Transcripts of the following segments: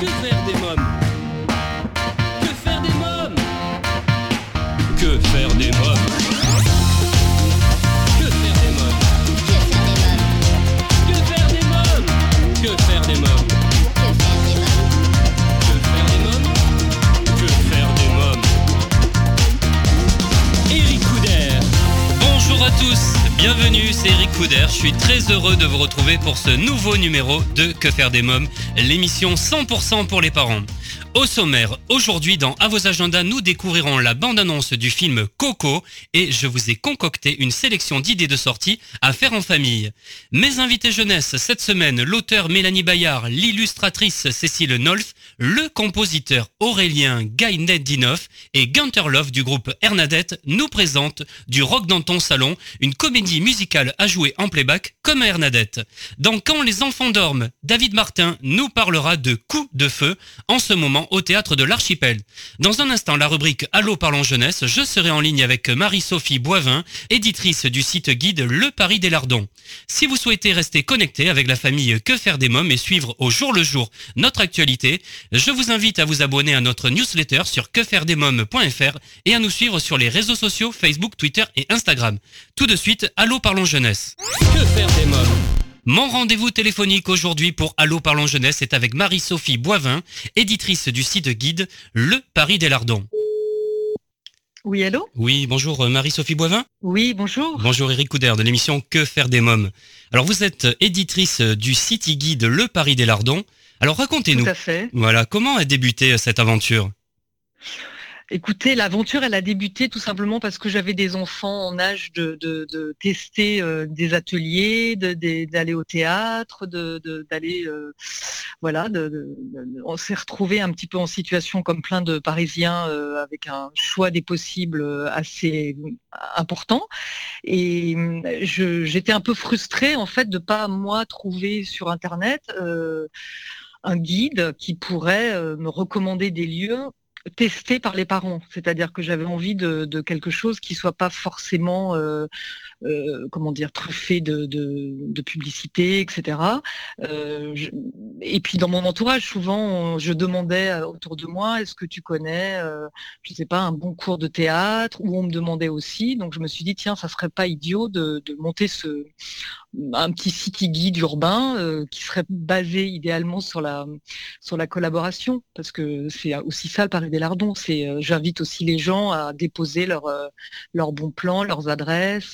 Que faire des mômes? Que faire des mômes? Que faire des mômes? Que faire des mômes? Que faire des mômes? Que faire des mômes? Que faire des mômes? Que faire des mômes? Eric Couder. Bonjour à tous, bienvenue, c'est Eric Couder. Je suis très heureux de vous retrouver pour ce nouveau numéro de Que faire des mômes, l'émission 100% pour les parents. Au sommaire, aujourd'hui dans À vos agendas, nous découvrirons la bande-annonce du film Coco et je vous ai concocté une sélection d'idées de sortie à faire en famille. Mes invités jeunesse cette semaine, l'auteur Mélanie Bayard, l'illustratrice Cécile Nolf, le compositeur Aurélien Gaïnet-Dinoff et Gunther Love du groupe Hernadette nous présentent Du rock dans ton salon, une comédie musicale à jouer en playback comme à Hernadette. Dans Quand les enfants dorment, David Martin nous parlera de Coup de feu en ce moment au théâtre de l'Archipel. Dans un instant, la rubrique Allô parlons jeunesse, je serai en ligne avec Marie-Sophie Boivin, éditrice du site guide Le Paris des Lardons. Si vous souhaitez rester connecté avec la famille Que faire des mômes et suivre au jour le jour notre actualité, je vous invite à vous abonner à notre newsletter sur quefairedesmômes.fr et à nous suivre sur les réseaux sociaux Facebook, Twitter et Instagram. Tout de suite, Allô parlons jeunesse. Que faire des mômes? Mon rendez-vous téléphonique aujourd'hui pour Allô parlons jeunesse est avec Marie-Sophie Boivin, éditrice du site guide Le Paris des Lardons. Oui, allô? Oui, bonjour Marie-Sophie Boivin. Oui, bonjour. Bonjour Eric Couder de l'émission Que faire des mômes. Alors vous êtes éditrice du site guide Le Paris des Lardons. Alors racontez-nous. Tout à fait. Voilà, comment a débuté cette aventure? Écoutez, l'aventure, elle a débuté tout simplement parce que j'avais des enfants en âge de tester des ateliers, d'aller au théâtre, d'aller, voilà, on s'est retrouvés un petit peu en situation comme plein de Parisiens avec un choix des possibles assez important. Et j'étais un peu frustrée en fait de pas moi trouver sur Internet un guide qui pourrait me recommander des lieux testé par les parents, c'est-à-dire que j'avais envie de quelque chose qui soit pas forcément comment dire, truffé de publicité, etc. Et puis dans mon entourage, souvent, je demandais autour de moi, est-ce que tu connais, je sais pas, un bon cours de théâtre, ou on me demandait aussi, donc je me suis dit, tiens, ça serait pas idiot de monter un petit city guide urbain qui serait basé idéalement sur la collaboration, parce que c'est aussi ça le Paris des Lardons, c'est j'invite aussi les gens à déposer leurs bons plans, leurs adresses,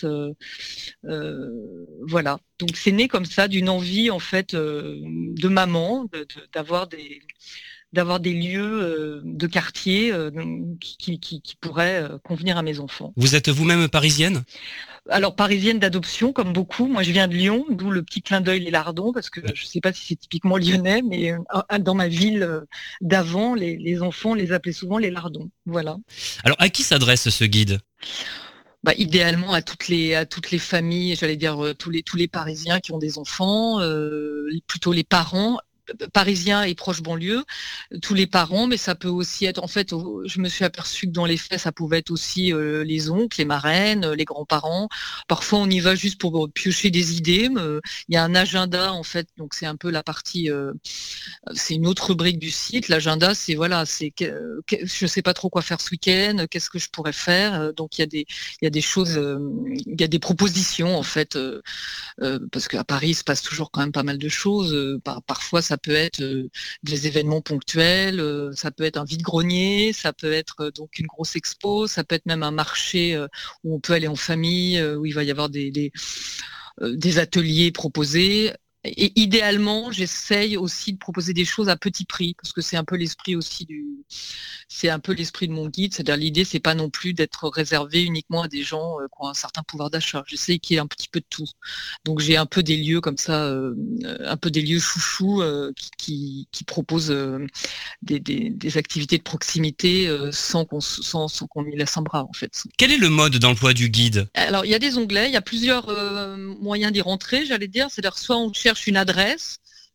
voilà. Donc c'est né comme ça d'une envie en fait de maman d'avoir des lieux de quartier qui pourraient convenir à mes enfants. Vous êtes vous-même parisienne ? Alors parisienne d'adoption comme beaucoup. Moi je viens de Lyon, d'où le petit clin d'œil les Lardons, parce que je ne sais pas si c'est typiquement lyonnais, mais dans ma ville d'avant, les enfants les appelaient souvent les Lardons. Voilà. Alors à qui s'adresse ce guide ? Idéalement à toutes les familles, j'allais dire tous les Parisiens qui ont des enfants, plutôt les parents parisiens et proches banlieue, tous les parents, mais ça peut aussi être, en fait, je me suis aperçue que dans les faits, ça pouvait être aussi les oncles, les marraines, les grands-parents. Parfois, on y va juste pour piocher des idées. Il y a un agenda, en fait, donc c'est un peu la partie, c'est une autre rubrique du site. L'agenda, c'est voilà, je sais pas trop quoi faire ce week-end, qu'est-ce que je pourrais faire. Donc il y a des choses, il y a des propositions en fait, parce qu'à Paris, il se passe toujours quand même pas mal de choses. Parfois, ça peut être des événements ponctuels, ça peut être un vide-grenier, ça peut être donc une grosse expo, ça peut être même un marché où on peut aller en famille, où il va y avoir des ateliers proposés. Et idéalement, j'essaye aussi de proposer des choses à petit prix, parce que c'est un peu l'esprit aussi de mon guide. C'est-à-dire l'idée, c'est pas non plus d'être réservé uniquement à des gens qui ont un certain pouvoir d'achat. J'essaye qu'il y ait un petit peu de tout. Donc j'ai un peu des lieux comme ça, un peu des lieux chouchous qui proposent des activités de proximité sans qu'on y laisse un bras en fait. Quel est le mode d'emploi du guide ? Alors il y a des onglets, il y a plusieurs moyens d'y rentrer, j'allais dire. C'est-à-dire soit on cherche une adresse,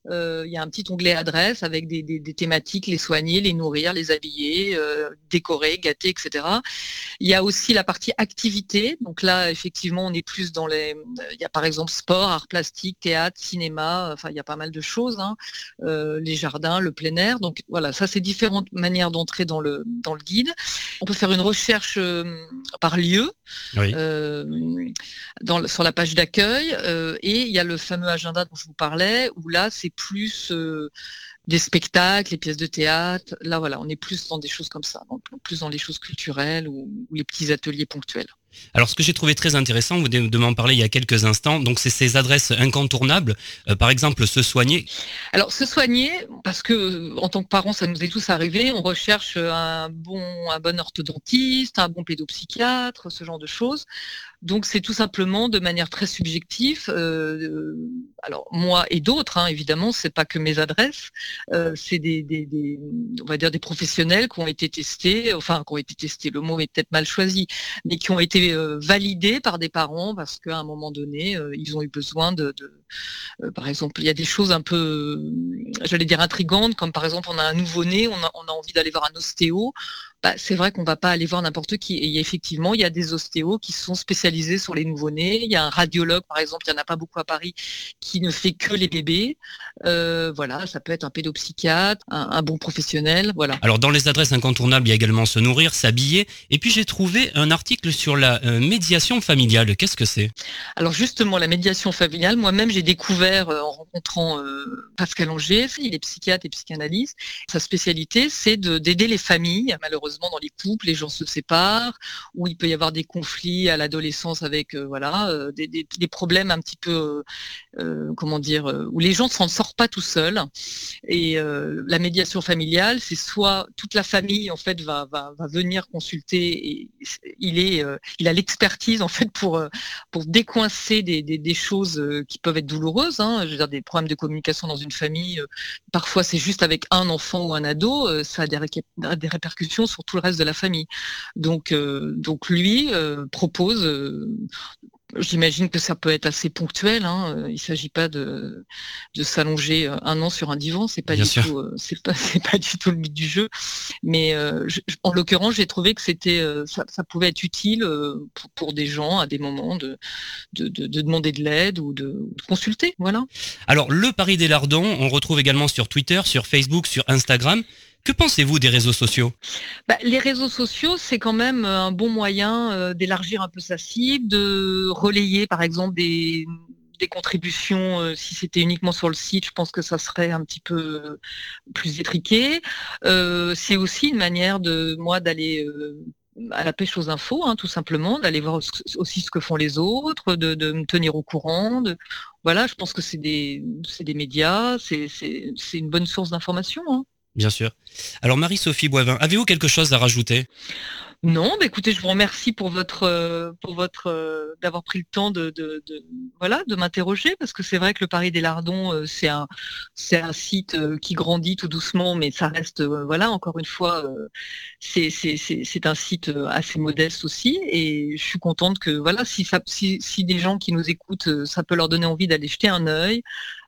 il y a un petit onglet adresse avec des thématiques, les soigner, les nourrir, les habiller, décorer, gâter, etc. Il y a aussi la partie activité. Donc là, effectivement, on est plus dans il y a par exemple sport, arts plastiques, théâtre, cinéma. Enfin, il y a pas mal de choses. Les jardins, le plein air. Donc voilà, ça c'est différentes manières d'entrer dans le guide. On peut faire une recherche par lieu Oui. sur la page d'accueil. Et il y a le fameux agenda dont je vous parlais, où là c'est plus des spectacles, les pièces de théâtre. Là voilà, on est plus dans des choses comme ça, donc plus dans les choses culturelles ou les petits ateliers ponctuels. Alors, ce que j'ai trouvé très intéressant, vous venez de m'en parler il y a quelques instants, donc c'est ces adresses incontournables, par exemple se soigner. Alors se soigner, parce que en tant que parents, ça nous est tous arrivé, on recherche un bon orthodontiste, un bon pédopsychiatre, ce genre de choses. Donc c'est tout simplement de manière très subjective. Alors moi et d'autres, évidemment, c'est pas que mes adresses, c'est on va dire des professionnels qui ont été testés, le mot est peut-être mal choisi, mais qui ont été validés par des parents parce qu'à un moment donné, ils ont eu besoin par exemple, il y a des choses un peu, j'allais dire intrigantes, comme par exemple on a un nouveau-né, on a envie d'aller voir un ostéo. C'est vrai qu'on va pas aller voir n'importe qui. Et effectivement, il y a des ostéos qui sont spécialisés sur les nouveau-nés. Il y a un radiologue, par exemple, il n'y en a pas beaucoup à Paris, qui ne fait que les bébés. Voilà, ça peut être un pédopsychiatre, un bon professionnel, voilà. Alors, dans les adresses incontournables, il y a également se nourrir, s'habiller. Et puis, j'ai trouvé un article sur la médiation familiale. Qu'est-ce que c'est ? Alors, justement, la médiation familiale, moi-même, j'ai découvert en rencontrant Pascal Anger, il est psychiatre et psychanalyste. Sa spécialité, c'est d'aider les familles, malheureusement, dans les couples, les gens se séparent, où il peut y avoir des conflits à l'adolescence avec des problèmes un petit peu, où les gens ne s'en sortent pas tout seuls. Et la médiation familiale, c'est soit toute la famille en fait va venir consulter et il a l'expertise en fait pour décoincer des choses qui peuvent être douloureuses. Je veux dire, des problèmes de communication dans une famille. Parfois, c'est juste avec un enfant ou un ado, ça a des répercussions sur tout le reste de la famille. Donc lui propose, j'imagine que ça peut être assez ponctuel. Il ne s'agit pas de s'allonger un an sur un divan, c'est pas c'est pas du tout le but du jeu. Mais en l'occurrence, j'ai trouvé que ça pouvait être utile pour des gens à des moments de demander de l'aide ou de consulter. Voilà. Alors le Paris des Lardons, on retrouve également sur Twitter, sur Facebook, sur Instagram. Que pensez-vous des réseaux sociaux ? Les réseaux sociaux, c'est quand même un bon moyen d'élargir un peu sa cible, de relayer par exemple des contributions. Si c'était uniquement sur le site, je pense que ça serait un petit peu plus étriqué. C'est aussi une manière d'aller à la pêche aux infos, tout simplement, d'aller voir aussi ce que font les autres, de me tenir au courant. Voilà, je pense que c'est des médias, c'est une bonne source d'information. Bien sûr. Alors Marie-Sophie Boivin, avez-vous quelque chose à rajouter ? Non, écoutez, je vous remercie pour votre d'avoir pris le temps de m'interroger, parce que c'est vrai que le Paris des Lardons, c'est un site qui grandit tout doucement, mais ça reste encore une fois c'est un site assez modeste aussi, et je suis contente que si des gens qui nous écoutent, ça peut leur donner envie d'aller jeter un œil.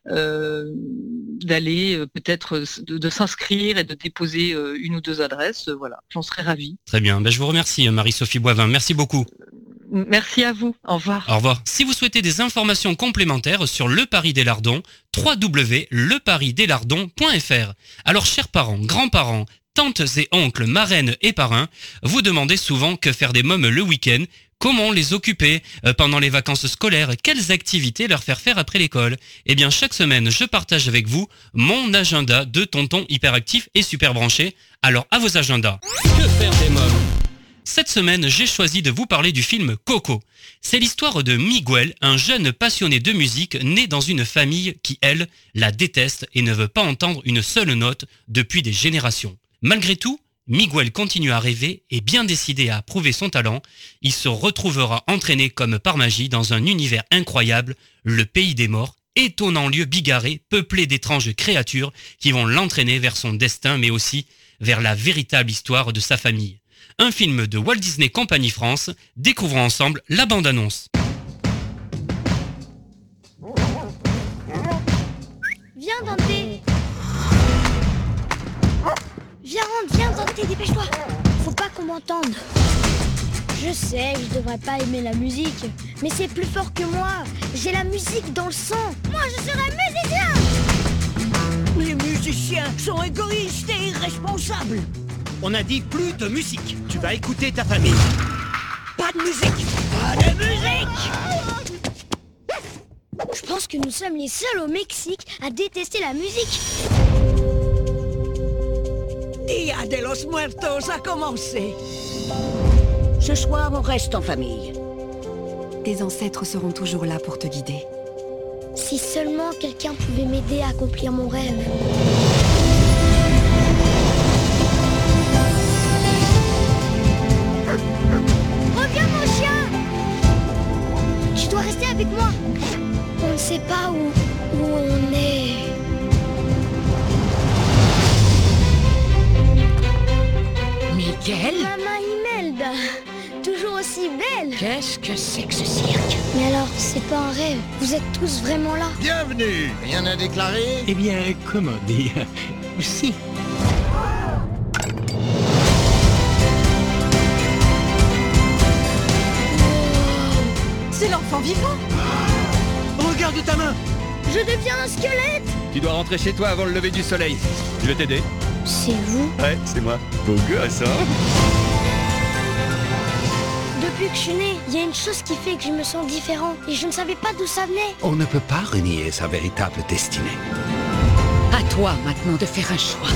D'aller peut-être de s'inscrire et de déposer une ou deux adresses, j'en serais ravie. Très bien, je vous remercie Marie-Sophie Boivin, merci beaucoup. Merci à vous, au revoir. Au revoir. Si vous souhaitez des informations complémentaires sur le Paris des Lardons, www.leparisdeslardons.fr. Alors chers parents, grands-parents, tantes et oncles, marraines et parrains, vous demandez souvent que faire des mômes le week-end. Comment les occuper pendant les vacances scolaires? Quelles activités leur faire faire après l'école? Eh bien, chaque semaine, je partage avec vous mon agenda de tonton hyperactif et super branché. Alors, à vos agendas. Que faire des mômes? Cette semaine, j'ai choisi de vous parler du film Coco. C'est l'histoire de Miguel, un jeune passionné de musique né dans une famille qui, elle, la déteste et ne veut pas entendre une seule note depuis des générations. Malgré tout, Miguel continue à rêver et bien décidé à prouver son talent, il se retrouvera entraîné comme par magie dans un univers incroyable, le pays des morts, étonnant lieu bigarré, peuplé d'étranges créatures qui vont l'entraîner vers son destin mais aussi vers la véritable histoire de sa famille. Un film de Walt Disney Company France, découvrons ensemble la bande-annonce. Viens dans tes rater, dépêche-toi. Faut pas qu'on m'entende. Je sais, je devrais pas aimer la musique, mais c'est plus fort que moi. J'ai la musique dans le sang. Moi, je serai musicien. Les musiciens sont égoïstes et irresponsables. On a dit plus de musique. Tu vas écouter ta famille. Pas de musique. Pas de musique. Je pense que nous sommes les seuls au Mexique à détester la musique. Dia de los Muertos a commencé. Ce soir, on reste en famille. Tes ancêtres seront toujours là pour te guider. Si seulement quelqu'un pouvait m'aider à accomplir mon rêve. Reviens mon chien! Tu dois rester avec moi. On ne sait pas où on est. Miguel? Maman Imelda, toujours aussi belle. Qu'est-ce que c'est que ce cirque? Mais alors, c'est pas un rêve. Vous êtes tous vraiment là. Bienvenue. Rien à déclarer? Eh bien, comment dire? Si. C'est l'enfant vivant. Regarde ta main. Je deviens un squelette. Tu dois rentrer chez toi avant le lever du soleil. Je vais t'aider. C'est vous? Ouais, c'est moi. Beau gosse, hein? Depuis que je suis née, il y a une chose qui fait que je me sens différent et je ne savais pas d'où ça venait. On ne peut pas renier sa véritable destinée. À toi maintenant de faire un choix.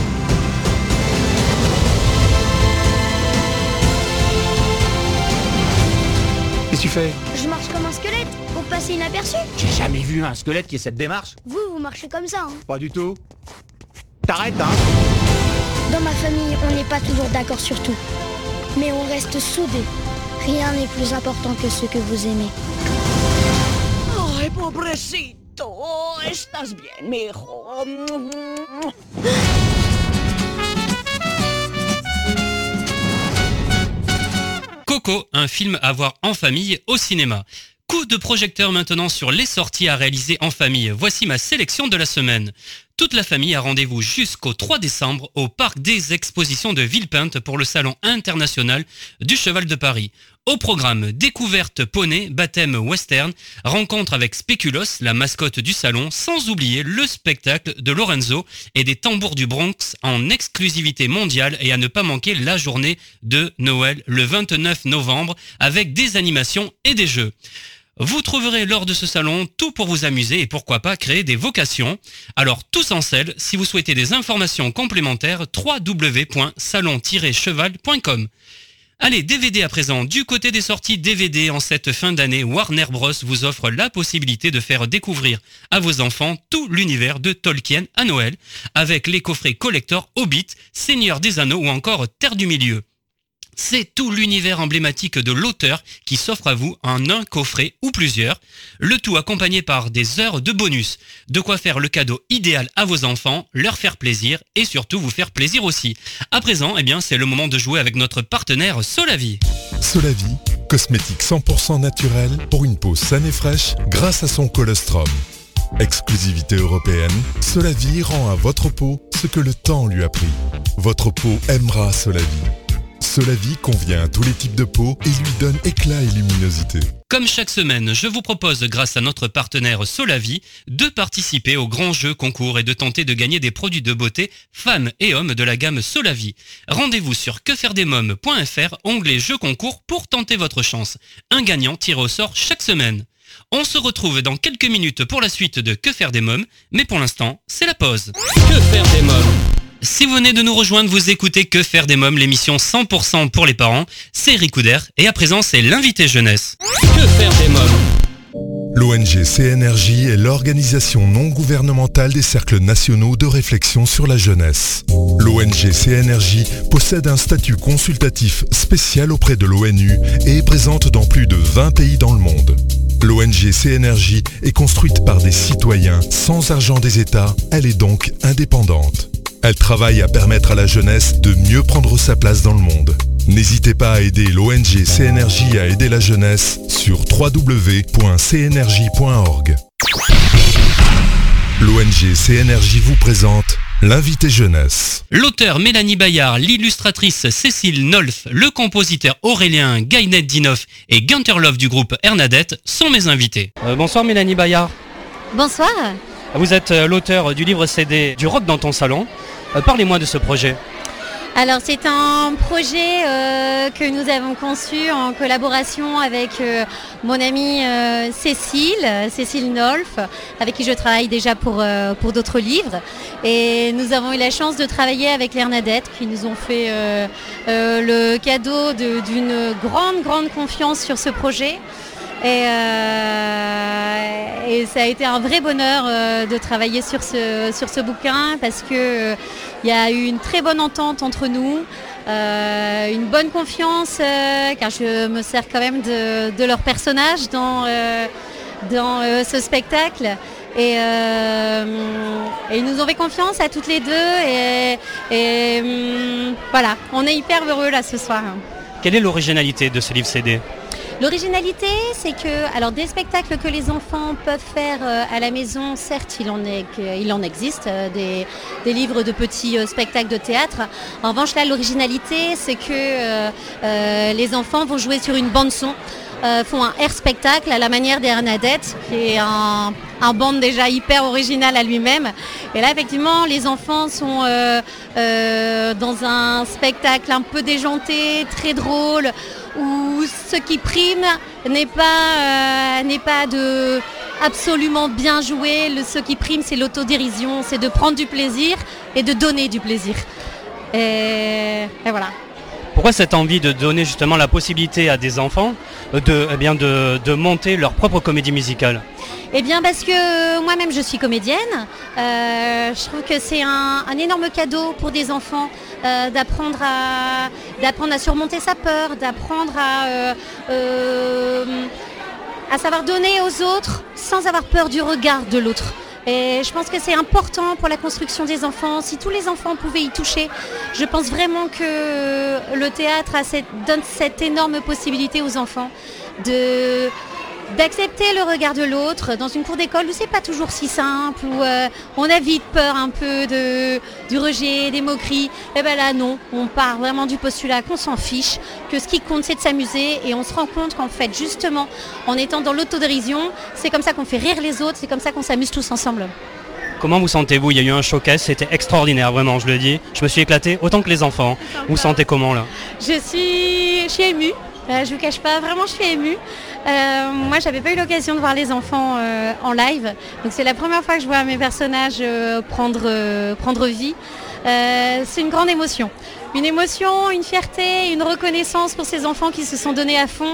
Qu'est-ce que tu fais? Je marche comme un squelette pour passer inaperçu. J'ai jamais vu un squelette qui ait cette démarche. Vous marchez comme ça, hein. Pas du tout. T'arrêtes, hein? Dans ma famille, on n'est pas toujours d'accord sur tout. Mais on reste soudés. Rien n'est plus important que ce que vous aimez. Ay, pobrecito. Estás bien, mijo. Coco, un film à voir en famille au cinéma. Coup de projecteur maintenant sur les sorties à réaliser en famille. Voici ma sélection de la semaine. Toute la famille a rendez-vous jusqu'au 3 décembre au Parc des Expositions de Villepinte pour le Salon international du Cheval de Paris. Au programme, découverte poney, baptême western, rencontre avec Spéculoos, la mascotte du salon, sans oublier le spectacle de Lorenzo et des tambours du Bronx en exclusivité mondiale et à ne pas manquer la journée de Noël le 29 novembre avec des animations et des jeux. Vous trouverez lors de ce salon tout pour vous amuser et pourquoi pas créer des vocations. Alors tous en selle, si vous souhaitez des informations complémentaires, www.salon-cheval.com. Allez, DVD à présent. Du côté des sorties DVD en cette fin d'année, Warner Bros vous offre la possibilité de faire découvrir à vos enfants tout l'univers de Tolkien à Noël, avec les coffrets collector Hobbit, Seigneur des Anneaux ou encore Terre du Milieu. C'est tout l'univers emblématique de l'auteur qui s'offre à vous en un coffret ou plusieurs, le tout accompagné par des heures de bonus. De quoi faire le cadeau idéal à vos enfants, leur faire plaisir et surtout vous faire plaisir aussi. À présent, eh bien, c'est le moment de jouer avec notre partenaire Solavi. Solavi, cosmétique 100% naturel pour une peau saine et fraîche grâce à son colostrum. Exclusivité européenne, Solavi rend à votre peau ce que le temps lui a pris. Votre peau aimera Solavi. Solavi convient à tous les types de peau et lui donne éclat et luminosité. Comme chaque semaine, je vous propose, grâce à notre partenaire Solavi, de participer au grand jeu concours et de tenter de gagner des produits de beauté femmes et hommes de la gamme Solavi. Rendez-vous sur quefairedesmoms.fr, onglet jeu concours pour tenter votre chance. Un gagnant tiré au sort chaque semaine. On se retrouve dans quelques minutes pour la suite de Que faire des mômes, mais pour l'instant, c'est la pause. Que faire des mômes ? Si vous venez de nous rejoindre, vous écoutez Que faire des mômes, l'émission 100% pour les parents. C'est Eric Couder et à présent c'est l'invité jeunesse. Que faire des mômes ? L'ONG CNRJ est l'organisation non gouvernementale des cercles nationaux de réflexion sur la jeunesse. L'ONG CNRJ possède un statut consultatif spécial auprès de l'ONU et est présente dans plus de 20 pays dans le monde. L'ONG CNRJ est construite par des citoyens sans argent des États, elle est donc indépendante. Elle travaille à permettre à la jeunesse de mieux prendre sa place dans le monde. N'hésitez pas à aider l'ONG CNRJ à aider la jeunesse sur www.cnrj.org. L'ONG CNRJ vous présente l'invité jeunesse. L'auteur Mélanie Bayard, l'illustratrice Cécile Nolf, le compositeur Aurélien Gaïnet-Dinoff et Gunther Love du groupe Hernadette sont mes invités. Bonsoir Mélanie Bayard. Bonsoir. Vous êtes l'auteur du livre CD Du rock dans ton salon. Parlez-moi de ce projet. Alors c'est un projet que nous avons conçu en collaboration avec mon amie Cécile Nolf, avec qui je travaille déjà pour d'autres livres. Et nous avons eu la chance de travailler avec les Hernadette qui nous ont fait le cadeau d'une grande confiance sur ce projet. Et ça a été un vrai bonheur de travailler sur ce bouquin parce que il y a eu une très bonne entente entre nous, une bonne confiance car je me sers quand même de leur personnage dans ce spectacle. Et ils nous ont fait confiance à toutes les deux et voilà, on est hyper heureux là ce soir. Quelle est l'originalité de ce livre CD ? L'originalité, c'est que, alors des spectacles que les enfants peuvent faire à la maison, certes, il en existe, des livres de petits spectacles de théâtre. En revanche, là, l'originalité, c'est que les enfants vont jouer sur une bande-son, font un air spectacle à la manière des Hernadette, qui est un band déjà hyper original à lui-même. Et là, effectivement, les enfants sont dans un spectacle un peu déjanté, très drôle, où ce qui prime n'est pas de absolument bien jouer. Ce qui prime, c'est l'autodérision, c'est de prendre du plaisir et de donner du plaisir. Et voilà. Pourquoi cette envie de donner justement la possibilité à des enfants de monter leur propre comédie musicale ? Eh bien parce que moi-même je suis comédienne, je trouve que c'est un énorme cadeau pour des enfants d'apprendre à surmonter sa peur, d'apprendre à savoir donner aux autres sans avoir peur du regard de l'autre. Et je pense que c'est important pour la construction des enfants. Si tous les enfants pouvaient y toucher, je pense vraiment que le théâtre donne cette énorme possibilité aux enfants d'accepter le regard de l'autre dans une cour d'école où c'est pas toujours si simple, où on a vite peur un peu du rejet, des moqueries. Et bien là non, on part vraiment du postulat qu'on s'en fiche, que ce qui compte c'est de s'amuser et on se rend compte qu'en fait justement en étant dans l'autodérision, c'est comme ça qu'on fait rire les autres, c'est comme ça qu'on s'amuse tous ensemble. Comment vous sentez-vous ? Il y a eu un showcase, c'était extraordinaire, vraiment, je le dis. Je me suis éclaté autant que les enfants. Vous vous sentez comment là ? Je suis émue. Je vous cache pas, vraiment je suis émue. Moi j'avais pas eu l'occasion de voir les enfants en live, donc c'est la première fois que je vois mes personnages prendre vie. C'est une grande émotion. Une émotion, une fierté, une reconnaissance pour ces enfants qui se sont donnés à fond.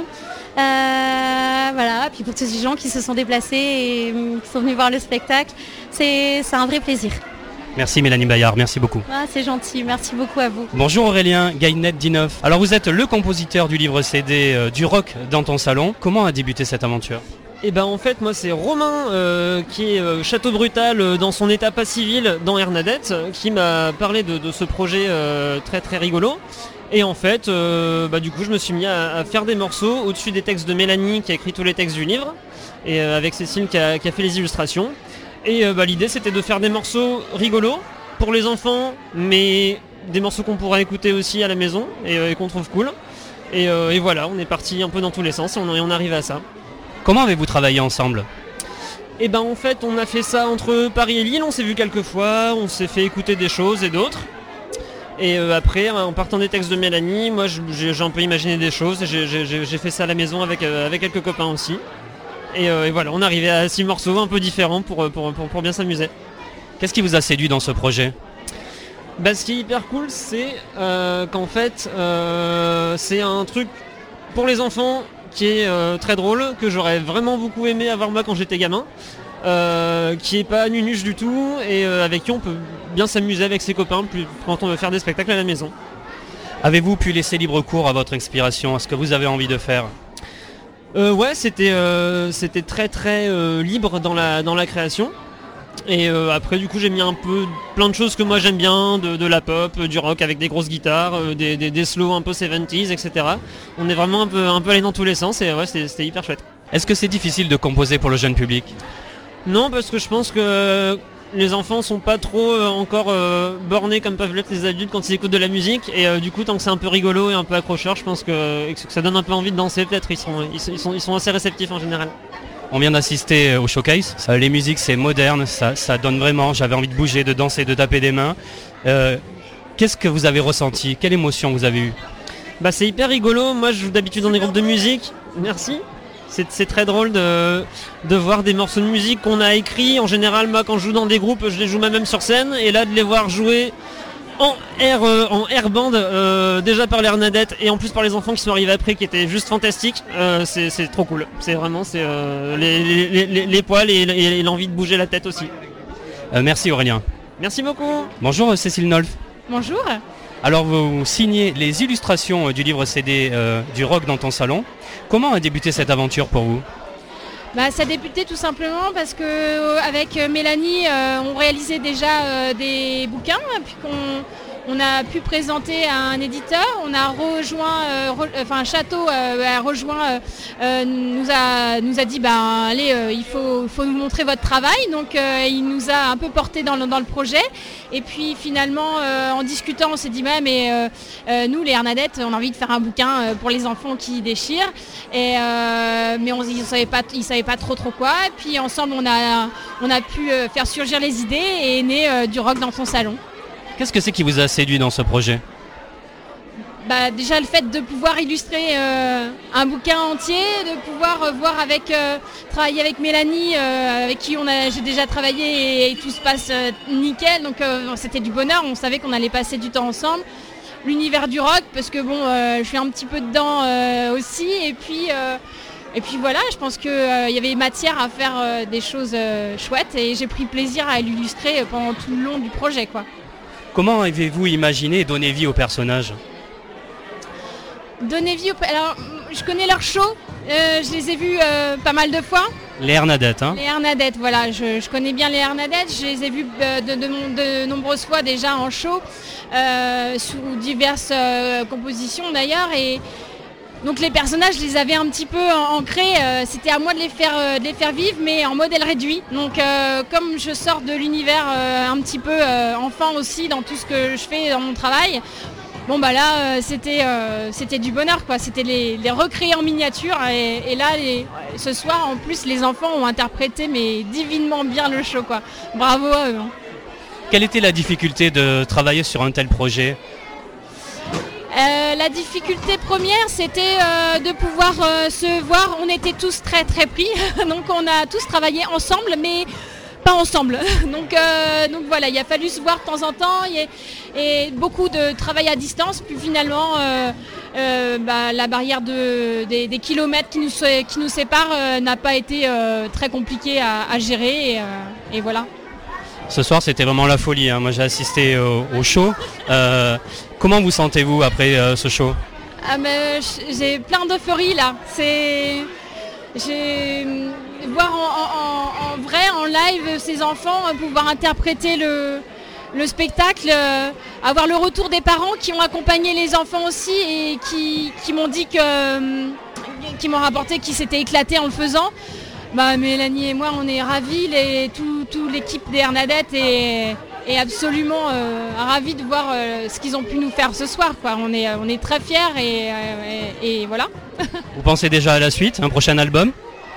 Voilà, puis pour tous ces gens qui se sont déplacés et qui sont venus voir le spectacle, c'est un vrai plaisir. Merci Mélanie Bayard, merci beaucoup. C'est gentil, merci beaucoup à vous. Bonjour Aurélien Gaïnet-Dinoff. Alors vous êtes le compositeur du livre CD Du rock dans ton salon. Comment a débuté cette aventure ? Eh ben en fait moi c'est Romain qui est Château Brutal dans son état pas civil dans Hernadette qui m'a parlé de ce projet très très rigolo. Et en fait du coup je me suis mis à faire des morceaux au-dessus des textes de Mélanie qui a écrit tous les textes du livre et avec Cécile qui a fait les illustrations. Et l'idée c'était de faire des morceaux rigolos pour les enfants, mais des morceaux qu'on pourra écouter aussi à la maison et qu'on trouve cool. Et voilà, on est parti un peu dans tous les sens et on arrive à ça. Comment avez-vous travaillé ensemble ? Et ben en fait on a fait ça entre Paris et Lille, on s'est vu quelques fois, on s'est fait écouter des choses et d'autres. Et après en partant des textes de Mélanie, moi j'ai un peu imaginé des choses et j'ai fait ça à la maison avec quelques copains aussi. Et voilà, on arrivait à 6 morceaux un peu différents pour bien s'amuser. Qu'est-ce qui vous a séduit dans ce projet ? Ce qui est hyper cool, c'est qu'en fait, c'est un truc pour les enfants qui est très drôle, que j'aurais vraiment beaucoup aimé avoir moi quand j'étais gamin, qui est pas nunuche du tout et avec qui on peut bien s'amuser avec ses copains quand on veut faire des spectacles à la maison. Avez-vous pu laisser libre cours à votre inspiration, à ce que vous avez envie de faire ? Ouais, c'était très très libre dans la création. Et après du coup j'ai mis un peu plein de choses que moi j'aime bien, de la pop, du rock avec des grosses guitares, des slows un peu 70s, etc. On est vraiment un peu allé dans tous les sens et ouais c'était hyper chouette. Est-ce que c'est difficile de composer pour le jeune public ? Non, parce que je pense que les enfants sont pas trop encore bornés comme peuvent l'être les adultes quand ils écoutent de la musique, et du coup tant que c'est un peu rigolo et un peu accrocheur, je pense que ça donne un peu envie de danser, peut-être ils sont assez réceptifs en général. On vient d'assister au showcase, les musiques c'est moderne, ça donne vraiment, j'avais envie de bouger, de danser, de taper des mains. Qu'est-ce que vous avez ressenti? Quelle émotion vous avez eue? Bah c'est hyper rigolo, moi je joue d'habitude dans des groupes de musique, merci. C'est très drôle de voir des morceaux de musique qu'on a écrits. En général, moi quand je joue dans des groupes, je les joue moi-même sur scène, et là de les voir jouer en airband, déjà par les Hernadettes et en plus par les enfants qui sont arrivés après, qui étaient juste fantastiques, c'est trop cool. C'est vraiment les poils et l'envie de bouger la tête aussi. Merci Aurélien. Merci beaucoup. Bonjour Cécile Nolf. Bonjour. Alors vous signez les illustrations du livre CD du rock dans ton salon. Comment a débuté cette aventure pour vous? Ça a débuté tout simplement parce que avec Mélanie, on réalisait déjà des bouquins, puis qu'on a pu présenter à un éditeur. On a rejoint, Château a rejoint, nous a dit allez, il faut nous montrer votre travail. Donc il nous a un peu porté dans le projet. Et puis finalement, en discutant, on s'est dit mais nous les Hernadettes, on a envie de faire un bouquin pour les enfants qui déchirent. Mais ils ne savaient pas trop quoi. Et puis ensemble, on a pu faire surgir les idées et est né du rock dans son salon. Qu'est-ce que c'est qui vous a séduit dans ce projet? Déjà le fait de pouvoir illustrer un bouquin entier, de pouvoir travailler avec Mélanie, avec qui j'ai déjà travaillé et tout se passe nickel. Donc c'était du bonheur, on savait qu'on allait passer du temps ensemble. L'univers du rock, parce que je suis un petit peu dedans aussi. Et puis voilà, je pense qu'il y avait matière à faire des choses chouettes, et j'ai pris plaisir à l'illustrer pendant tout le long du projet, quoi. Comment avez-vous imaginé et donné vie aux personnages? Alors, je connais leurs shows, je les ai vus pas mal de fois. Les Hernadettes, hein? Les Hernadettes, voilà, je connais bien les Hernadettes, je les ai vus de nombreuses fois déjà en show, sous diverses compositions d'ailleurs, et donc les personnages, je les avais un petit peu ancrés, c'était à moi de les faire vivre, mais en modèle réduit. Donc comme je sors de l'univers un petit peu enfant aussi dans tout ce que je fais dans mon travail, c'était du bonheur, quoi. C'était les recréer en miniature, et là ce soir en plus les enfants ont interprété mais divinement bien le show, quoi. Bravo à eux. Quelle était la difficulté de travailler sur un tel projet? La difficulté première, c'était de pouvoir se voir. On était tous très très pris, donc on a tous travaillé ensemble, mais pas ensemble. Donc voilà, il a fallu se voir de temps en temps, et beaucoup de travail à distance. Puis finalement, la barrière des kilomètres qui nous séparent n'a pas été très compliquée à gérer, et voilà. Ce soir, c'était vraiment la folie, hein. Moi, j'ai assisté au show. Comment vous sentez-vous après ce show? J'ai plein d'euphorie là. Voir en vrai, en live, ces enfants pouvoir interpréter le spectacle, avoir le retour des parents qui ont accompagné les enfants aussi, et qui m'ont dit qui m'ont rapporté qu'ils s'étaient éclatés en le faisant. Mélanie et moi, on est ravis, toute l'équipe des Hernadettes est absolument ravis de voir ce qu'ils ont pu nous faire ce soir, quoi. On est très fiers, et voilà. Vous pensez déjà à la suite, un prochain album?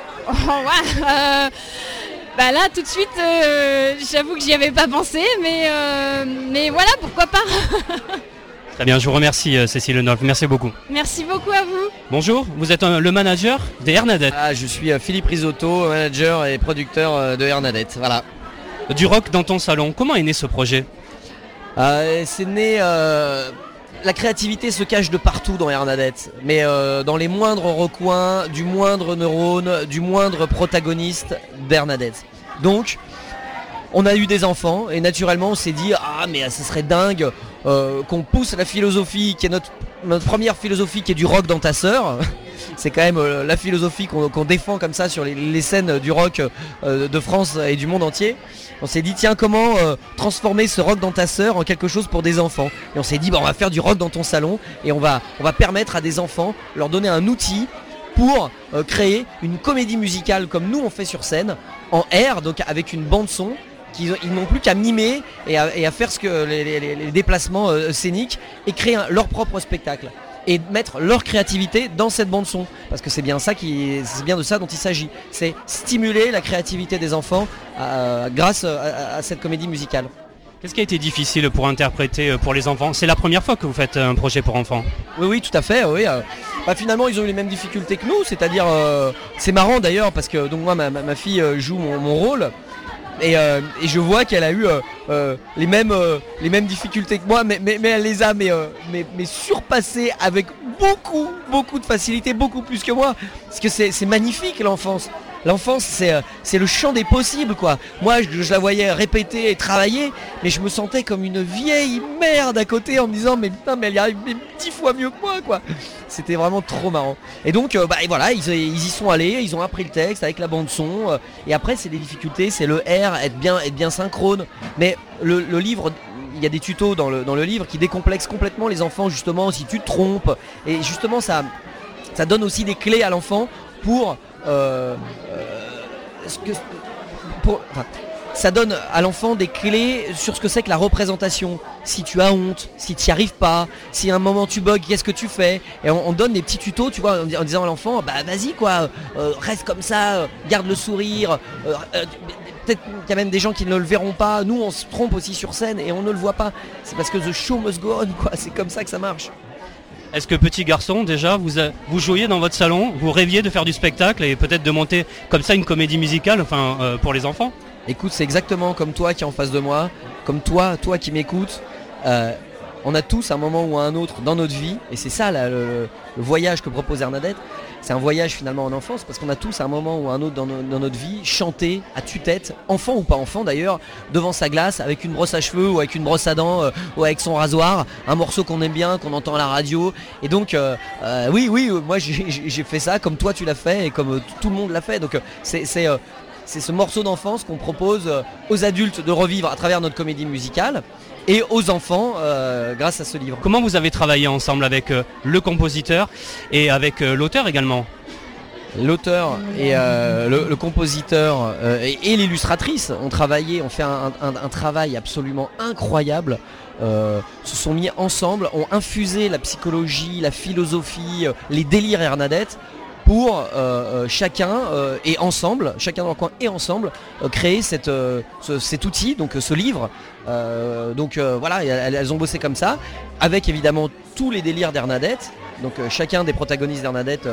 Là tout de suite, j'avoue que j'y avais pas pensé, mais voilà, pourquoi pas. Très bien, je vous remercie Cécile Nolf, merci beaucoup. Merci beaucoup à vous. Bonjour, vous êtes le manager des Hernadettes. Je suis Philippe Risotto, manager et producteur de Hernadettes, voilà. Du rock dans ton salon, comment est né ce projet? C'est né... La créativité se cache de partout dans Hernadettes, mais dans les moindres recoins, du moindre neurone, du moindre protagoniste d'Hernadettes. Donc, on a eu des enfants, et naturellement on s'est dit mais ça serait dingue qu'on pousse la philosophie qui est notre première philosophie, qui est du rock dans ta sœur. C'est quand même la philosophie qu'on défend comme ça sur les scènes du rock de France et du monde entier. On s'est dit tiens, comment transformer ce rock dans ta sœur en quelque chose pour des enfants. Et on s'est dit on va faire du rock dans ton salon, et on va permettre à des enfants, leur donner un outil pour créer une comédie musicale comme nous on fait sur scène, en R, donc avec une bande son qu'ils n'ont plus qu'à mimer et à faire ce que les déplacements scéniques et créer leur propre spectacle et mettre leur créativité dans cette bande son, parce que c'est bien de ça dont il s'agit, c'est stimuler la créativité des enfants grâce à cette comédie musicale. Qu'est-ce qui a été difficile pour interpréter pour les enfants? C'est la première fois que vous faites un projet pour enfants? Oui, tout à fait. Oui. Finalement, ils ont eu les mêmes difficultés que nous, c'est-à-dire, c'est marrant d'ailleurs, parce que donc moi, ma fille joue mon rôle, et je vois qu'elle a eu les mêmes difficultés que moi, mais elle les a mais surpassées avec beaucoup de facilité, beaucoup plus que moi, parce que c'est magnifique l'enfance. L'enfance, c'est le champ des possibles, quoi. Moi, je la voyais répéter et travailler, mais je me sentais comme une vieille merde à côté en me disant mais putain, mais elle y arrive 10 fois mieux que moi, quoi. C'était vraiment trop marrant. Et donc, et voilà, ils y sont allés, ils ont appris le texte avec la bande son. Et après, c'est des difficultés, c'est le R, être bien synchrone. Mais le livre, il y a des tutos dans le livre qui décomplexent complètement les enfants, justement, si tu te trompes. Et justement, ça donne aussi des clés à l'enfant ça donne à l'enfant des clés sur ce que c'est que la représentation. Si tu as honte, si tu n'y arrives pas, si à un moment tu bugs, qu'est-ce que tu fais? Et on donne des petits tutos, tu vois, en disant à l'enfant, bah vas-y quoi, reste comme ça, garde le sourire. Peut-être qu'il y a même des gens qui ne le verront pas. Nous, on se trompe aussi sur scène et on ne le voit pas. C'est parce que the show must go on, quoi. C'est comme ça que ça marche. Est-ce que petit garçon, déjà, vous jouiez dans votre salon, vous rêviez de faire du spectacle et peut-être de monter comme ça une comédie musicale, pour les enfants? Écoute, c'est exactement comme toi qui est en face de moi, comme toi qui m'écoutes. On a tous un moment ou un autre dans notre vie, et c'est ça le voyage que propose Hernadette. C'est un voyage finalement en enfance, parce qu'on a tous un moment ou un autre dans notre vie chanté à tue-tête, enfant ou pas enfant d'ailleurs, devant sa glace, avec une brosse à cheveux ou avec une brosse à dents ou avec son rasoir, un morceau qu'on aime bien, qu'on entend à la radio. Et donc oui, moi j'ai fait ça comme toi tu l'as fait et comme tout le monde l'a fait. Donc c'est ce morceau d'enfance qu'on propose aux adultes de revivre à travers notre comédie musicale et aux enfants grâce à ce livre. Comment vous avez travaillé ensemble avec le compositeur et avec l'auteur également? L'auteur et le compositeur et l'illustratrice ont fait un travail absolument incroyable. Se sont mis ensemble, ont infusé la psychologie, la philosophie, les délires Hernadette pour chacun et ensemble, chacun dans leur coin et ensemble, créer cet outil, donc ce livre. Voilà, elles ont bossé comme ça, avec évidemment tous les délires d'Hernadette. Donc chacun des protagonistes d'Hernadette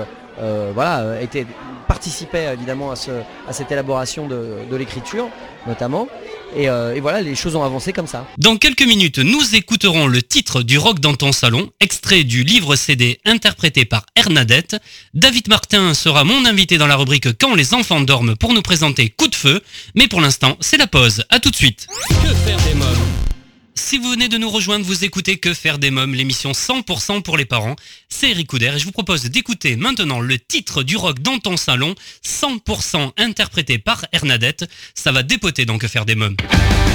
participait évidemment à cette élaboration de l'écriture notamment. Et voilà, les choses ont avancé comme ça. Dans quelques minutes, nous écouterons le titre du Rock dans ton salon, extrait du livre CD interprété par Hernadette. David Martin sera mon invité dans la rubrique Quand les enfants dorment pour nous présenter Coup de feu. Mais pour l'instant, c'est la pause. À tout de suite. Que faire des mômes ? Si vous venez de nous rejoindre, vous écoutez Que faire des mômes, l'émission 100% pour les parents. C'est Eric Couder et je vous propose d'écouter maintenant le titre du rock dans ton salon, 100% interprété par Hernadette. Ça va dépoter dans Que faire des mômes.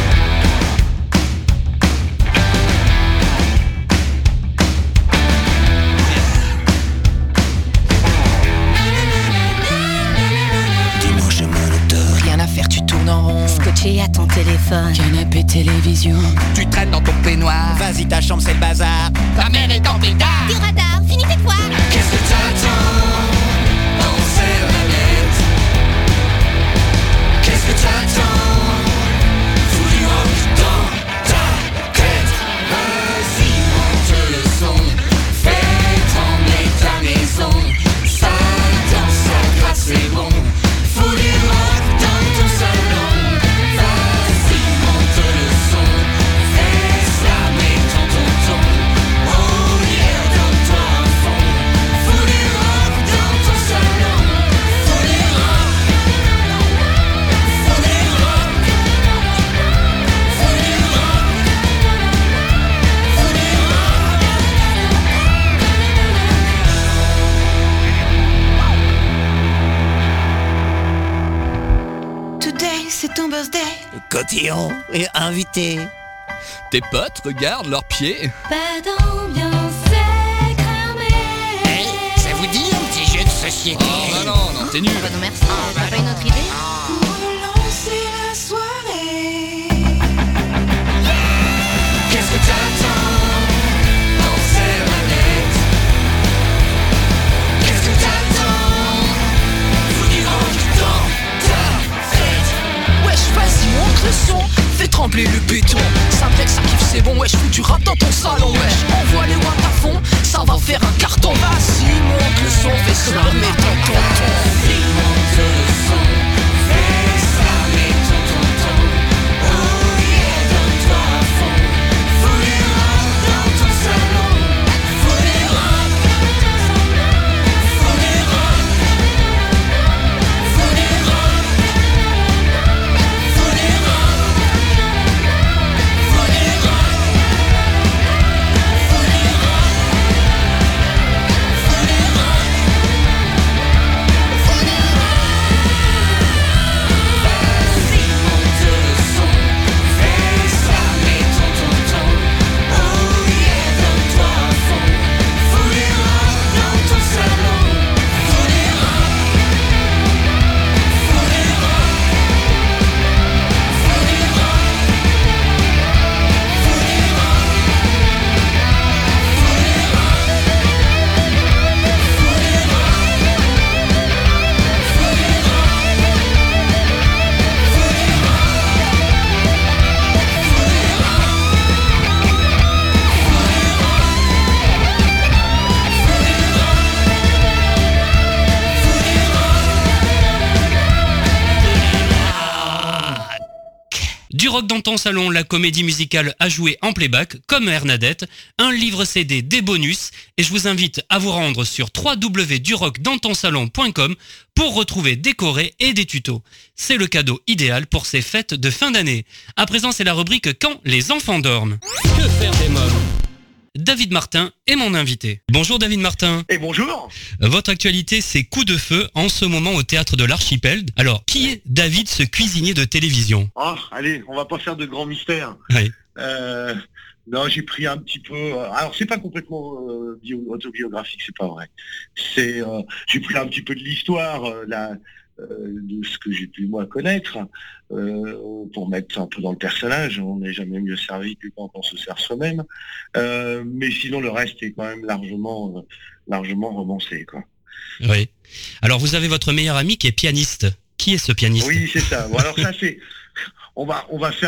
Dimanche monotone, rien à faire, tu tournes en rond. Scotché à ton téléphone, Canapé télévision, tu traînes dans ton peignoir. Vas-y, ta chambre c'est le bazar. Ta mère est en pétard. Du radar, finis tes devoirs. Qu'est-ce que t'attends? Dans Hernadette. Qu'est-ce que t'attends? Fous du rock dans ta tête. Vas-y, monte le son. Fais trembler ta maison. Ça danse, ça gratte, c'est bon. Fous du rock dans ton salon. Vas-y, monte le son. Fais ça, mets ton tonton. Oh yeah, donne-toi un fond. Fous du rock dans ton salon. Fous du rock. Fous du rock. Fous du rock. Fous du rock. Today, c'est ton birthday. Cotillon est invité. Tes potes regardent leurs pieds. Pas d'ambiance, c'est cramé. Hey, ça vous dit un petit jeu de société? Oh bah non, t'es nul. Bah non merci, t'as pas une autre idée? Pour lancer la soirée. rock dans ton salon, la comédie musicale à jouer en playback, comme Hernadette, un livre CD, des bonus, et je vous invite à vous rendre sur www.durockdantonsalon.com pour retrouver des chorés et des tutos. C'est le cadeau idéal pour ces fêtes de fin d'année. À présent, c'est la rubrique Quand les enfants dorment. Que faire des mômes ? David Martin est mon invité. Bonjour David Martin. Et bonjour. Votre actualité, c'est Coup de feu en ce moment au Théâtre de l'Archipel. Alors, qui est David, ce cuisinier de télévision ? Oh, allez, on va pas faire de grands mystères. Oui. Non, j'ai pris un petit peu... alors, c'est pas complètement autobiographique, c'est pas vrai. J'ai pris un petit peu de l'histoire, de ce que j'ai pu moi connaître, pour mettre un peu dans le personnage. On n'est jamais mieux servi que quand on se sert soi-même, mais sinon le reste est quand même largement romancé, quoi. Oui. Alors vous avez votre meilleur ami qui est pianiste. Qui est ce pianiste ? Oui, c'est ça. Bon, alors ça c'est... On va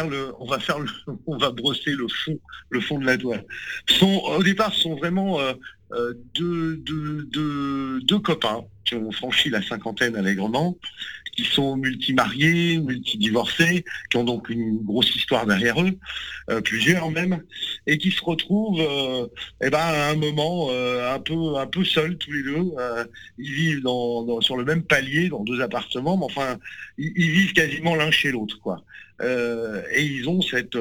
brosser le fond de la toile. Au départ, ce sont vraiment deux copains qui ont franchi la cinquantaine allègrement, qui sont multimariés, multidivorcés, qui ont donc une grosse histoire derrière eux, plusieurs même, et qui se retrouvent à un moment un peu seuls tous les deux. Ils vivent sur le même palier, dans 2 appartements, mais enfin, ils vivent quasiment l'un chez l'autre, quoi. Et ils ont cette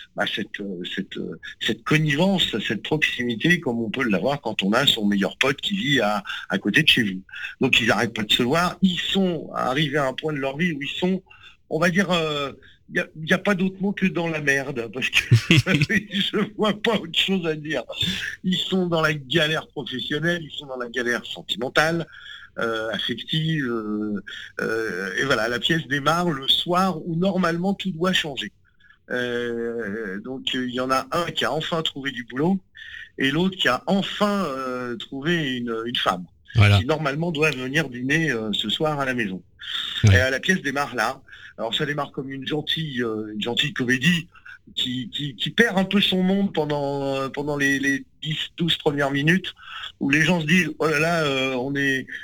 connivence, cette proximité comme on peut l'avoir quand on a son meilleur pote qui vit à côté de chez vous. Donc ils n'arrêtent pas de se voir. Ils sont arrivés à un point de leur vie où ils sont, on va dire, il n'y a pas d'autre mot que dans la merde, parce que je vois pas autre chose à dire. Ils sont dans la galère professionnelle, ils sont dans la galère sentimentale, affective, et voilà, la pièce démarre le soir où normalement tout doit changer. Donc il y en a un qui a enfin trouvé du boulot et l'autre qui a enfin trouvé une femme, voilà, qui normalement doit venir dîner ce soir à la maison. Ouais. Et la pièce démarre là. Alors ça démarre comme une gentille comédie qui perd un peu son monde pendant les 10-12 premières minutes, où les gens se disent oh là là, on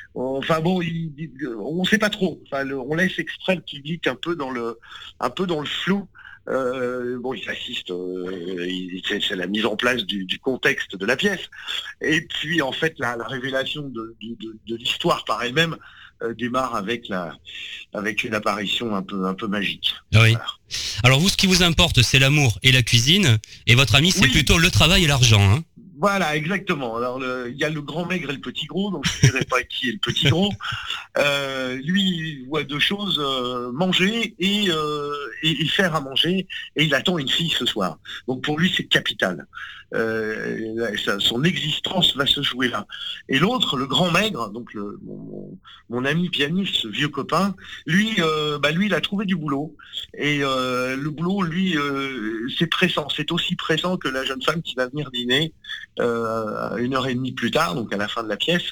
sait pas trop. Enfin, on laisse extrait le public un peu dans le flou. Ils assistent, c'est la mise en place du contexte de la pièce. Et puis en fait la révélation de l'histoire par elle-même démarre avec une apparition un peu magique. Oui. Voilà. Alors vous, ce qui vous importe, c'est l'amour et la cuisine, et votre ami, c'est plutôt le travail et l'argent, hein. Voilà, exactement. Alors il y a le grand maigre et le petit gros, donc je ne dirais pas qui est le petit gros. Lui, il voit 2 choses, manger et faire à manger, et il attend une fille ce soir. Donc pour lui, c'est capital. Son existence va se jouer là. Et l'autre, le grand maigre, donc mon ami pianiste, ce vieux copain, lui, il a trouvé du boulot. Et le boulot, lui, c'est pressant. C'est aussi pressant que la jeune femme qui va venir dîner 1h30 plus tard, donc à la fin de la pièce.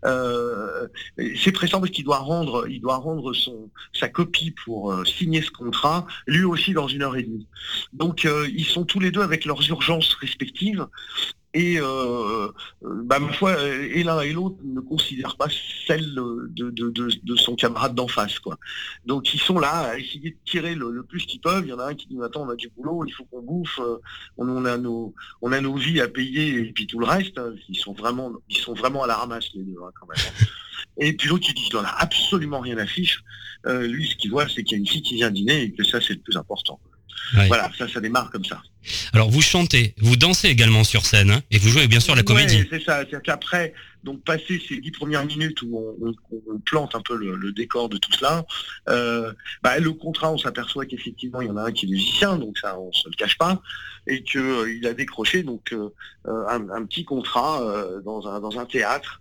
C'est pressant parce qu'il doit rendre sa copie pour signer ce contrat, lui aussi dans 1h30. Donc ils sont tous les deux avec leurs urgences respectives. Et ma foi, et l'un et l'autre ne considèrent pas celle de son camarade d'en face, quoi. Donc ils sont là à essayer de tirer le plus qu'ils peuvent. Il y en a un qui dit attends, on a du boulot, il faut qu'on bouffe, on a nos vies à payer, et puis tout le reste, ils sont vraiment à la ramasse les deux, hein, quand même. Et puis l'autre qui dit qu'il n'en a absolument rien à fiche. Lui, ce qu'il voit, c'est qu'il y a une fille qui vient dîner et que ça, c'est le plus important. Ouais. Voilà, ça démarre comme ça. Alors vous chantez, vous dansez également sur scène, hein, et vous jouez bien sûr la comédie. Oui, c'est ça, c'est-à-dire qu'après, donc passer ces 10 premières minutes où on plante un peu le décor de tout cela, le contrat, on s'aperçoit qu'effectivement il y en a un qui est musicien, donc ça on se le cache pas, et qu'il a décroché donc un petit contrat dans un théâtre.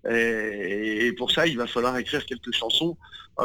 Et pour ça, il va falloir écrire quelques chansons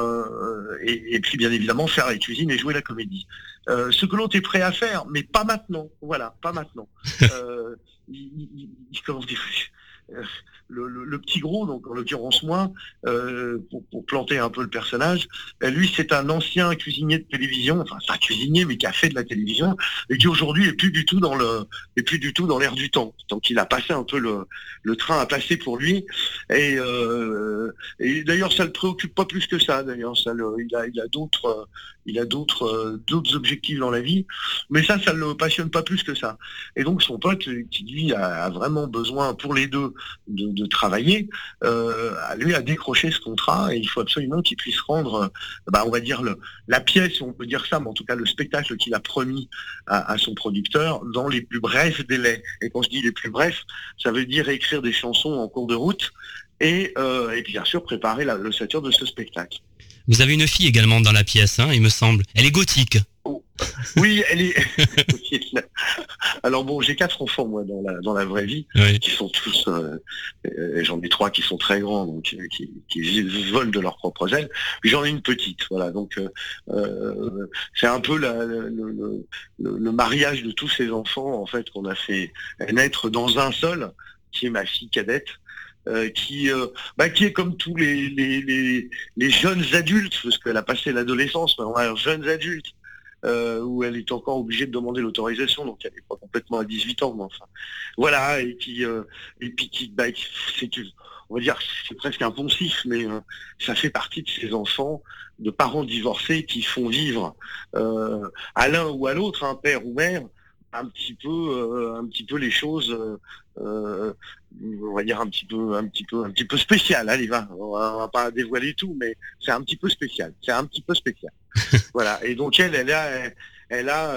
et puis bien évidemment faire la cuisine et jouer la comédie. Ce que l'autre est prêt à faire, mais pas maintenant. Voilà, pas maintenant. Comment dire, le petit gros, donc en l'occurrence moi, pour planter un peu le personnage, lui c'est un ancien cuisinier de télévision, enfin c'est un cuisinier mais qui a fait de la télévision et qui aujourd'hui est plus du tout dans l'air du temps. Donc il a passé un peu le train à passer pour lui et d'ailleurs ça le préoccupe pas plus que ça. D'ailleurs il a d'autres objectifs dans la vie, mais ça le passionne pas plus que ça. Et donc son pote qui lui a vraiment besoin pour les deux de travailler, lui a décroché ce contrat et il faut absolument qu'il puisse rendre, on va dire la pièce, on peut dire ça, mais en tout cas le spectacle qu'il a promis à son producteur dans les plus brefs délais. Et quand je dis les plus brefs, ça veut dire écrire des chansons en cours de route et bien sûr préparer l'ossature de ce spectacle. Vous avez une fille également dans la pièce, hein, il me semble. Elle est gothique. Oui, elle est. Alors bon, j'ai 4 enfants moi dans la vraie vie, qui sont tous, j'en ai 3 qui sont très grands, donc qui volent de leurs propres ailes. Puis j'en ai une petite, voilà. Donc c'est un peu le mariage de tous ces enfants en fait qu'on a fait naître dans un seul, qui est ma fille cadette. Qui est comme tous les jeunes adultes, parce qu'elle a passé l'adolescence, mais on a jeunes adultes, où elle est encore obligée de demander l'autorisation, donc elle n'est pas complètement à 18 ans, mais enfin voilà, et puis on va dire c'est presque un poncif, mais ça fait partie de ces enfants de parents divorcés qui font vivre à l'un ou à l'autre, un père ou mère, un petit peu les choses, on va dire un petit peu spécial. Allez, on va pas dévoiler tout, mais c'est un petit peu spécial. Voilà. Et donc elle a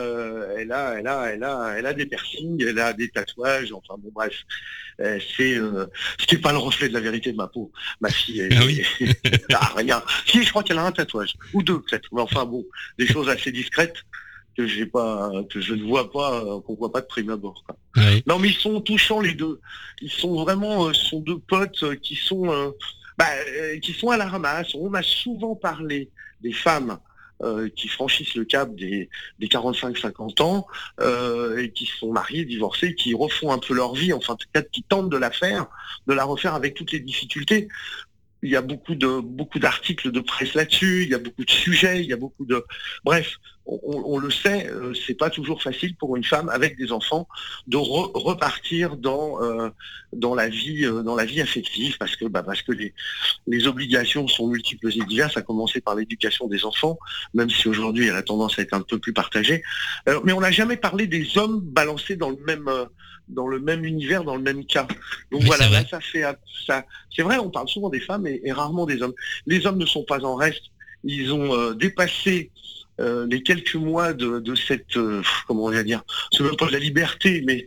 des piercings, elle a des tatouages. Enfin bon, bref, c'est pas le reflet de la vérité de ma peau. Ma fille, elle a rien. Si, je crois qu'elle a un tatouage ou 2 peut-être. Mais enfin bon, des choses assez discrètes. Que je ne vois pas, qu'on voit pas de prime abord. Oui. Non, mais ils sont touchants les deux. Ils sont vraiment, sont 2 potes qui sont à la ramasse. On a souvent parlé des femmes qui franchissent le cap des 45-50 ans et qui sont mariées, divorcées, qui refont un peu leur vie, enfin en tout cas qui tentent de la refaire avec toutes les difficultés. Il y a beaucoup d'articles de presse là-dessus, il y a beaucoup de sujets, il y a beaucoup de... Bref, on le sait, c'est pas toujours facile pour une femme avec des enfants de repartir dans la vie affective, parce que les obligations sont multiples et diverses, à commencer par l'éducation des enfants, même si aujourd'hui elle a tendance à être un peu plus partagée. Mais on n'a jamais parlé des hommes balancés dans le même univers, dans le même cas. Donc oui, voilà, là, c'est vrai, on parle souvent des femmes et rarement des hommes. Les hommes ne sont pas en reste, ils ont dépassé les quelques mois de cette, comment on va dire, c'est même pas de la liberté, mais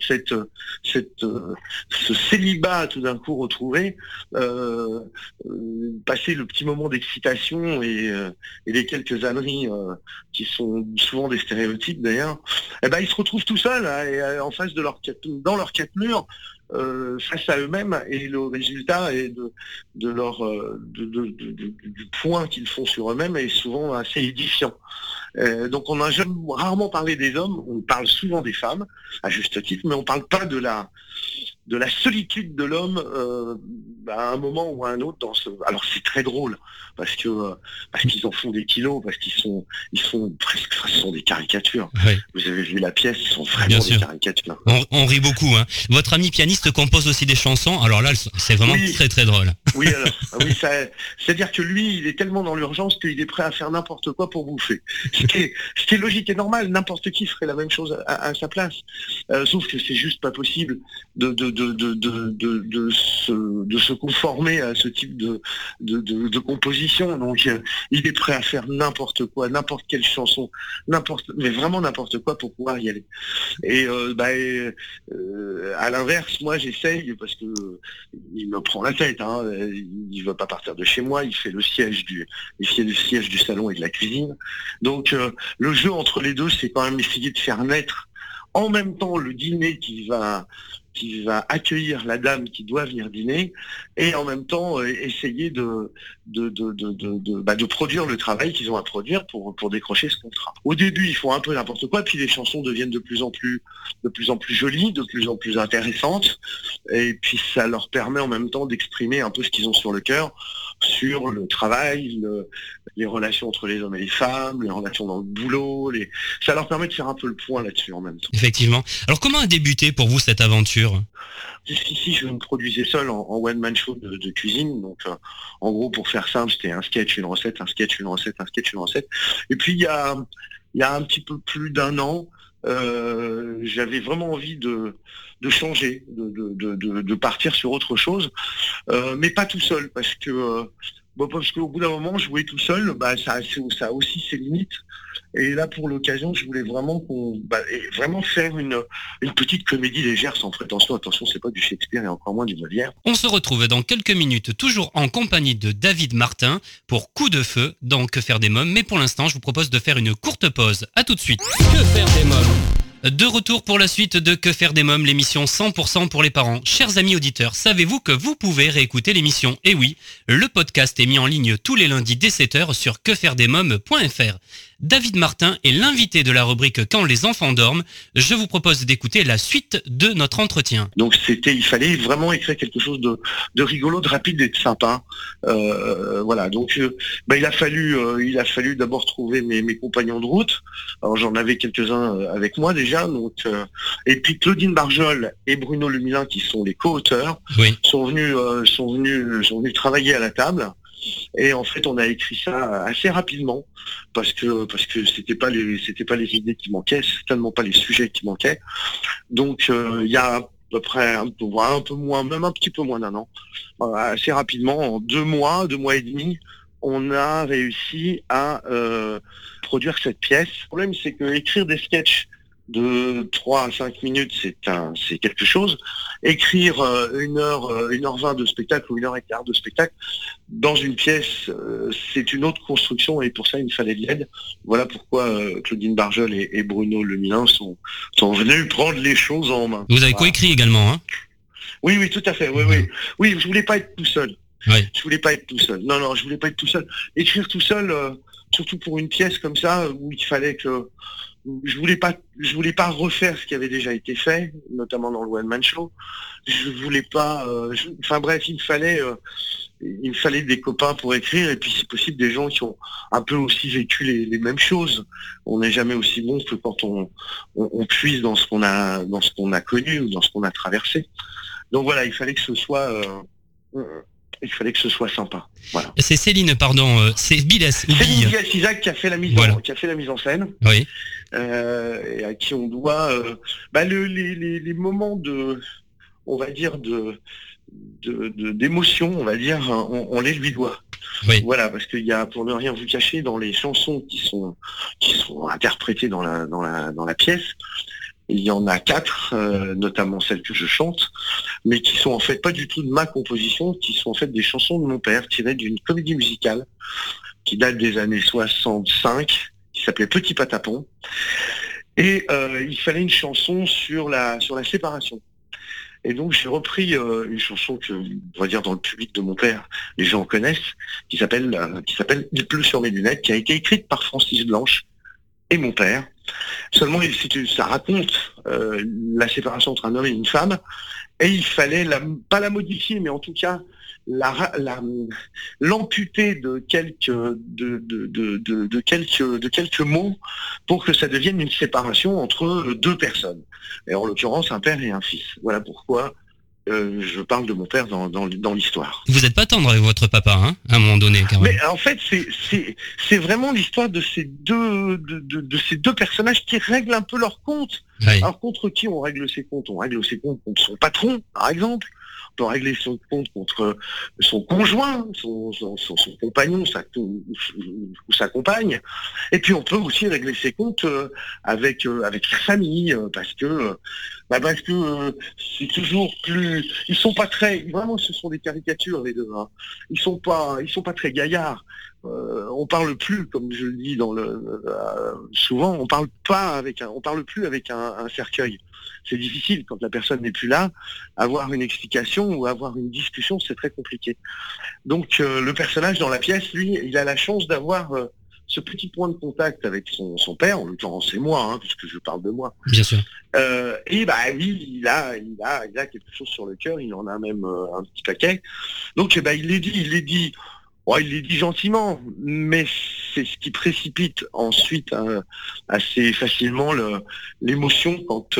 ce célibat tout d'un coup retrouvé, passer le petit moment d'excitation et les quelques âneries qui sont souvent des stéréotypes d'ailleurs, ils se retrouvent tout seuls en face dans leurs 4 murs, face à eux-mêmes, et le résultat est du point qu'ils font sur eux-mêmes est souvent assez édifiant. Donc on n'a rarement parlé des hommes, on parle souvent des femmes, à juste titre, mais on ne parle pas de la solitude de l'homme à un moment ou à un autre Alors c'est très drôle, parce qu'ils en font des kilos, parce qu'ils sont presque, ce sont des caricatures. Oui. Vous avez vu la pièce, ils sont vraiment des caricatures. On rit beaucoup, hein. Votre ami pianiste compose aussi des chansons, alors là c'est vraiment très très drôle. Oui, c'est-à-dire que lui, il est tellement dans l'urgence qu'il est prêt à faire n'importe quoi pour bouffer. Ce qui est logique et normal, n'importe qui ferait la même chose à sa place. Sauf que c'est juste pas possible de se conformer à ce type de composition. Donc il est prêt à faire n'importe quoi, n'importe quelle chanson, mais vraiment n'importe quoi pour pouvoir y aller. Et à l'inverse, moi j'essaye, parce que il me prend la tête, hein, il veut pas partir de chez moi, il fait le siège du salon et de la cuisine. Donc le jeu entre les deux, c'est quand même essayer de faire naître en même temps le dîner qui va qui va accueillir la dame qui doit venir dîner et en même temps essayer de produire le travail qu'ils ont à produire pour décrocher ce contrat. Au début, ils font un peu n'importe quoi, puis les chansons deviennent de plus en plus jolies, de plus en plus intéressantes, et puis ça leur permet en même temps d'exprimer un peu ce qu'ils ont sur le cœur, sur le travail, les relations entre les hommes et les femmes, les relations dans le boulot, ça leur permet de faire un peu le point là-dessus en même temps. Effectivement. Alors comment a débuté pour vous cette aventure ? Jusqu'ici, je me produisais seul en one-man show de cuisine, donc en gros, pour faire simple, c'était un sketch, une recette, un sketch, une recette, un sketch, une recette. Et puis il y a un petit peu plus d'1 an, j'avais vraiment envie de changer, de partir sur autre chose, mais pas tout seul, parce qu'au bout d'un moment, jouer tout seul, ça a aussi ses limites. Et là, pour l'occasion, je voulais vraiment vraiment faire une petite comédie légère, sans prétention. Attention, c'est pas du Shakespeare et encore moins du Molière. On se retrouve dans quelques minutes, toujours en compagnie de David Martin, pour Coup de feu dans Que faire des mômes. Mais pour l'instant, je vous propose de faire une courte pause. À tout de suite. Que faire des mômes ? De retour pour la suite de Que faire des mômes, l'émission 100% pour les parents. Chers amis auditeurs, savez-vous que vous pouvez réécouter l'émission ? Et oui, le podcast est mis en ligne tous les lundis dès 7h sur quefairedesmômes.fr. David Martin est l'invité de la rubrique Quand les enfants dorment. Je vous propose d'écouter la suite de notre entretien. Donc il fallait vraiment écrire quelque chose de rigolo, de rapide et de sympa. Voilà, donc il a fallu d'abord trouver mes compagnons de route. Alors j'en avais quelques-uns avec moi déjà, donc et puis Claudine Barjol et Bruno Lemilin, qui sont les co-auteurs, sont venus travailler à la table. Et en fait, on a écrit ça assez rapidement parce que c'était pas les idées qui manquaient, certainement pas les sujets qui manquaient. Donc il y a à peu près un peu moins, même un petit peu moins d'1 an, assez rapidement, en 2 mois et demi, on a réussi à produire cette pièce. Le problème, c'est que écrire des sketchs de 3 à 5 minutes, c'est quelque chose. Écrire 1h20 de spectacle ou 1h15 de spectacle dans une pièce, c'est une autre construction, et pour ça il me fallait de l'aide. Voilà pourquoi Claudine Barjol et Bruno Lemilin sont venus prendre les choses en main. Vous avez coécrit également, hein ? Oui, tout à fait. Oui, je voulais pas être tout seul. Oui. Je voulais pas être tout seul. Non, je voulais pas être tout seul. Écrire tout seul, surtout pour une pièce comme ça, où il fallait que je voulais pas refaire ce qui avait déjà été fait, notamment dans le One Man Show. Je voulais pas. Il me fallait des copains pour écrire, et puis si possible des gens qui ont un peu aussi vécu les mêmes choses. On n'est jamais aussi bon que quand on puise dans ce qu'on a connu ou dans ce qu'on a traversé. Donc voilà, il fallait que ce soit sympa. Voilà. C'est Céline, pardon, c'est Céline Diaz-Isaac qui a fait la mise en scène. Oui. Et à qui on doit les moments on va dire d'émotion, on va dire, on les lui doit. Oui. Voilà, parce qu'il y a, pour ne rien vous cacher, dans les chansons qui sont interprétées dans la pièce, il y en a 4, notamment celles que je chante, mais qui sont en fait pas du tout de ma composition, qui sont en fait des chansons de mon père, tirées d'une comédie musicale qui date des années 65, qui s'appelait Petit Patapon. Et il fallait une chanson sur la séparation. Et donc j'ai repris une chanson que, on va dire, dans le public de mon père, les gens connaissent, qui s'appelle Il pleut sur mes lunettes, qui a été écrite par Francis Blanche et mon père. Seulement, ça raconte la séparation entre un homme et une femme, et il fallait pas la modifier, mais en tout cas l'amputer de quelques mots pour que ça devienne une séparation entre 2 personnes, et en l'occurrence un père et un fils. Voilà pourquoi je parle de mon père dans l'histoire. Vous n'êtes pas tendre avec votre papa, hein, à un moment donné, quand même. Mais en fait, c'est vraiment l'histoire de ces deux personnages qui règlent un peu leur compte. Oui. Alors contre qui on règle ses comptes ? On règle ses comptes contre son patron, par exemple. On peut régler son compte contre son conjoint, son compagnon, ou sa compagne. Et puis on peut aussi régler ses comptes avec sa famille, parce que c'est toujours plus. Ils sont pas très. Vraiment, ce sont des caricatures, les deux. Hein. Ils sont pas très gaillards. on parle plus, comme je le dis souvent, on parle plus avec un cercueil. C'est difficile quand la personne n'est plus là, avoir une explication ou avoir une discussion, c'est très compliqué. Donc le personnage dans la pièce, lui, il a la chance d'avoir ce petit point de contact avec son père, en l'occurrence c'est moi, puisque je parle de moi. Bien sûr. Et oui, il a quelque chose sur le cœur, il en a même un petit paquet. Donc il l'est dit. Ouais, il l'est dit gentiment, mais c'est ce qui précipite ensuite assez facilement l'émotion quand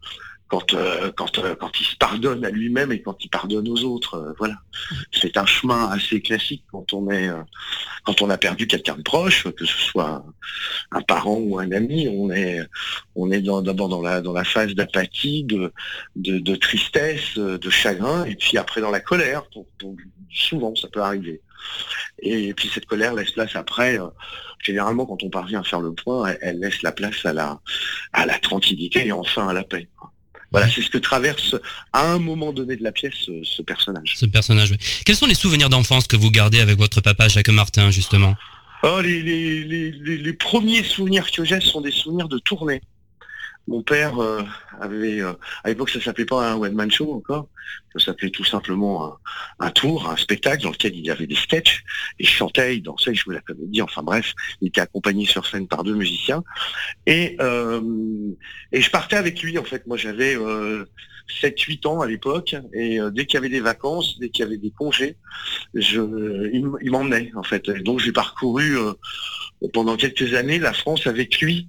il se pardonne à lui-même et quand il pardonne aux autres. Voilà, c'est un chemin assez classique quand on a perdu quelqu'un de proche, que ce soit un parent ou un ami. On est d'abord dans la phase d'apathie, de tristesse, de chagrin, et puis après dans la colère. Donc, souvent, ça peut arriver. Et puis cette colère laisse place après, généralement quand on parvient à faire le point, elle laisse la place à la tranquillité et enfin à la paix. Voilà, c'est ce que traverse à un moment donné de la pièce ce personnage. Ce personnage, oui. Quels sont les souvenirs d'enfance que vous gardez avec votre papa Jacques Martin, justement ? Les premiers souvenirs que j'ai sont des souvenirs de tournée. Mon père avait, à l'époque ça s'appelait pas un one-man show encore, ça s'appelait tout simplement un tour, un spectacle dans lequel il y avait des sketchs, il chantait, il dansait, il jouait la comédie, enfin bref, il était accompagné sur scène par 2 musiciens, et je partais avec lui en fait. Moi j'avais 7-8 ans à l'époque, et dès qu'il y avait des vacances, dès qu'il y avait des congés, il m'emmenait en fait. Et donc j'ai parcouru pendant quelques années la France avec lui,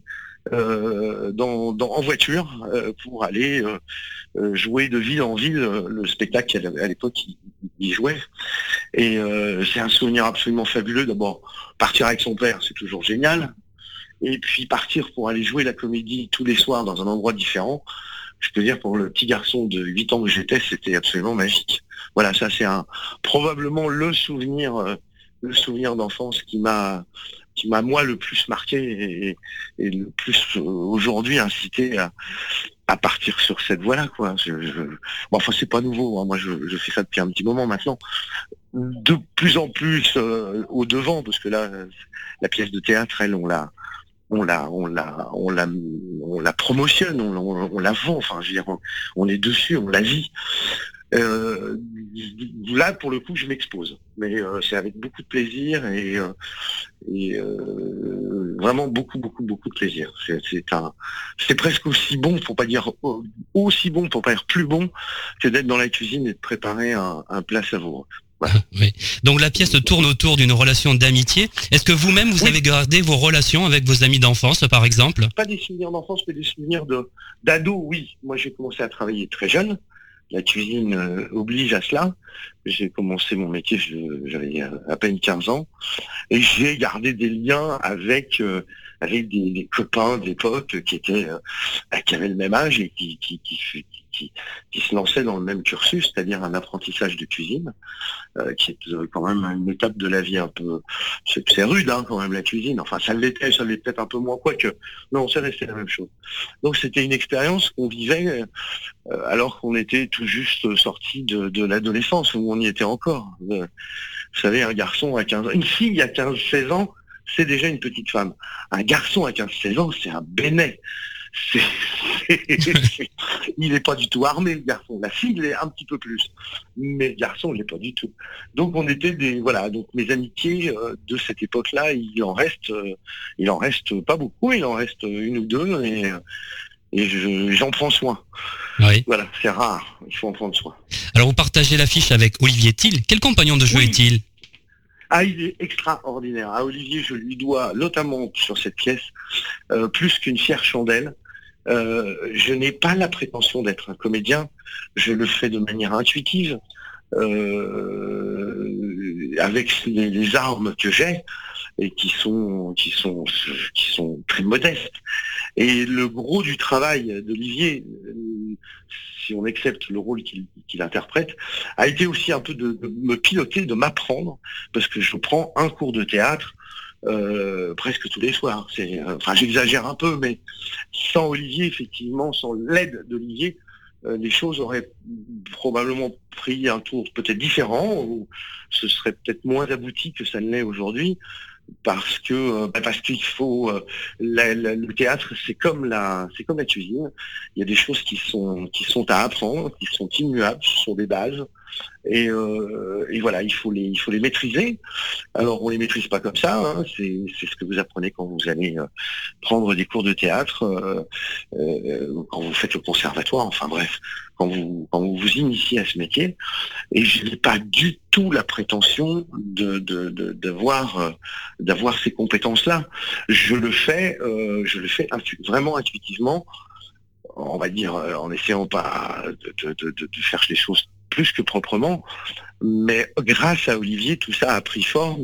en voiture, pour aller jouer de ville en ville le spectacle qu'à l'époque il jouait. Et c'est un souvenir absolument fabuleux. D'abord, partir avec son père, c'est toujours génial. Et puis partir pour aller jouer la comédie tous les soirs dans un endroit différent, je peux dire pour le petit garçon de 8 ans que j'étais, c'était absolument magique. Voilà, ça c'est probablement le souvenir d'enfance qui m'a moi le plus marqué et le plus aujourd'hui incité à partir sur cette voie-là, quoi. Bon, enfin c'est pas nouveau, moi je fais ça depuis un petit moment maintenant, de plus en plus au devant, parce que là la pièce de théâtre, elle, on la promotionne, on la vend, enfin je veux dire, on est dessus, on la vit. Là pour le coup je m'expose, mais c'est avec beaucoup de plaisir et vraiment beaucoup de plaisir. C'est presque aussi bon, pour pas dire aussi bon, pour pas dire plus bon, que d'être dans la cuisine et de préparer un plat savoureux. Voilà. Oui. Donc la pièce tourne autour d'une relation d'amitié. Est-ce que vous-même vous avez gardé vos relations avec vos amis d'enfance, par exemple ? Pas des souvenirs d'enfance, mais des souvenirs d'ado, oui. Moi j'ai commencé à travailler très jeune. La cuisine oblige à cela. J'ai commencé mon métier, j'avais à peine 15 ans, et j'ai gardé des liens avec des copains d'époque qui avaient le même âge et qui se lançaient dans le même cursus, c'est-à-dire un apprentissage de cuisine, qui est quand même une étape de la vie un peu... C'est rude, quand même, la cuisine. Enfin, ça l'est peut-être un peu moins, quoique. Non, c'est resté la même chose. Donc, c'était une expérience qu'on vivait alors qu'on était tout juste sorti de l'adolescence, où on y était encore. Vous savez, un garçon à 15 ans, une fille à 15-16 ans, c'est déjà une petite femme. Un garçon à 15-16 ans, c'est un bénet. Il n'est pas du tout armé, le garçon. La fille l'est un petit peu plus, mais le garçon ne l'est pas du tout. Donc on était donc mes amitiés de cette époque-là, il en reste pas beaucoup, il en reste une ou deux, et j'en prends soin. Oui. Voilà, c'est rare, il faut en prendre soin. Alors vous partagez l'affiche avec Olivier Thiel. Quel compagnon de jeu est-il ? Il est extraordinaire. À Olivier, je lui dois, notamment sur cette pièce, plus qu'une fière chandelle. Je n'ai pas la prétention d'être un comédien. Je le fais de manière intuitive, avec les armes que j'ai et qui sont très modestes. Et le gros du travail d'Olivier, si on accepte le rôle qu'il interprète, a été aussi un peu de me piloter, de m'apprendre, parce que je prends un cours de théâtre presque tous les soirs. J'exagère un peu, mais sans Olivier, effectivement, sans l'aide d'Olivier, les choses auraient probablement pris un tour peut-être différent, où ce serait peut-être moins abouti que ça ne l'est aujourd'hui, parce qu'il faut le théâtre, c'est comme la cuisine. Il y a des choses qui sont à apprendre, qui sont immuables, ce sont des bases. Et voilà, il faut les maîtriser. Alors on les maîtrise pas comme ça, hein, c'est ce que vous apprenez quand vous allez prendre des cours de théâtre, quand vous faites le conservatoire, enfin bref, quand vous vous initiez à ce métier. Et je n'ai pas du tout la prétention d'avoir ces compétences-là. Je le fais vraiment intuitivement, on va dire, en essayant pas de faire les choses plus que proprement, mais grâce à Olivier, tout ça a pris forme,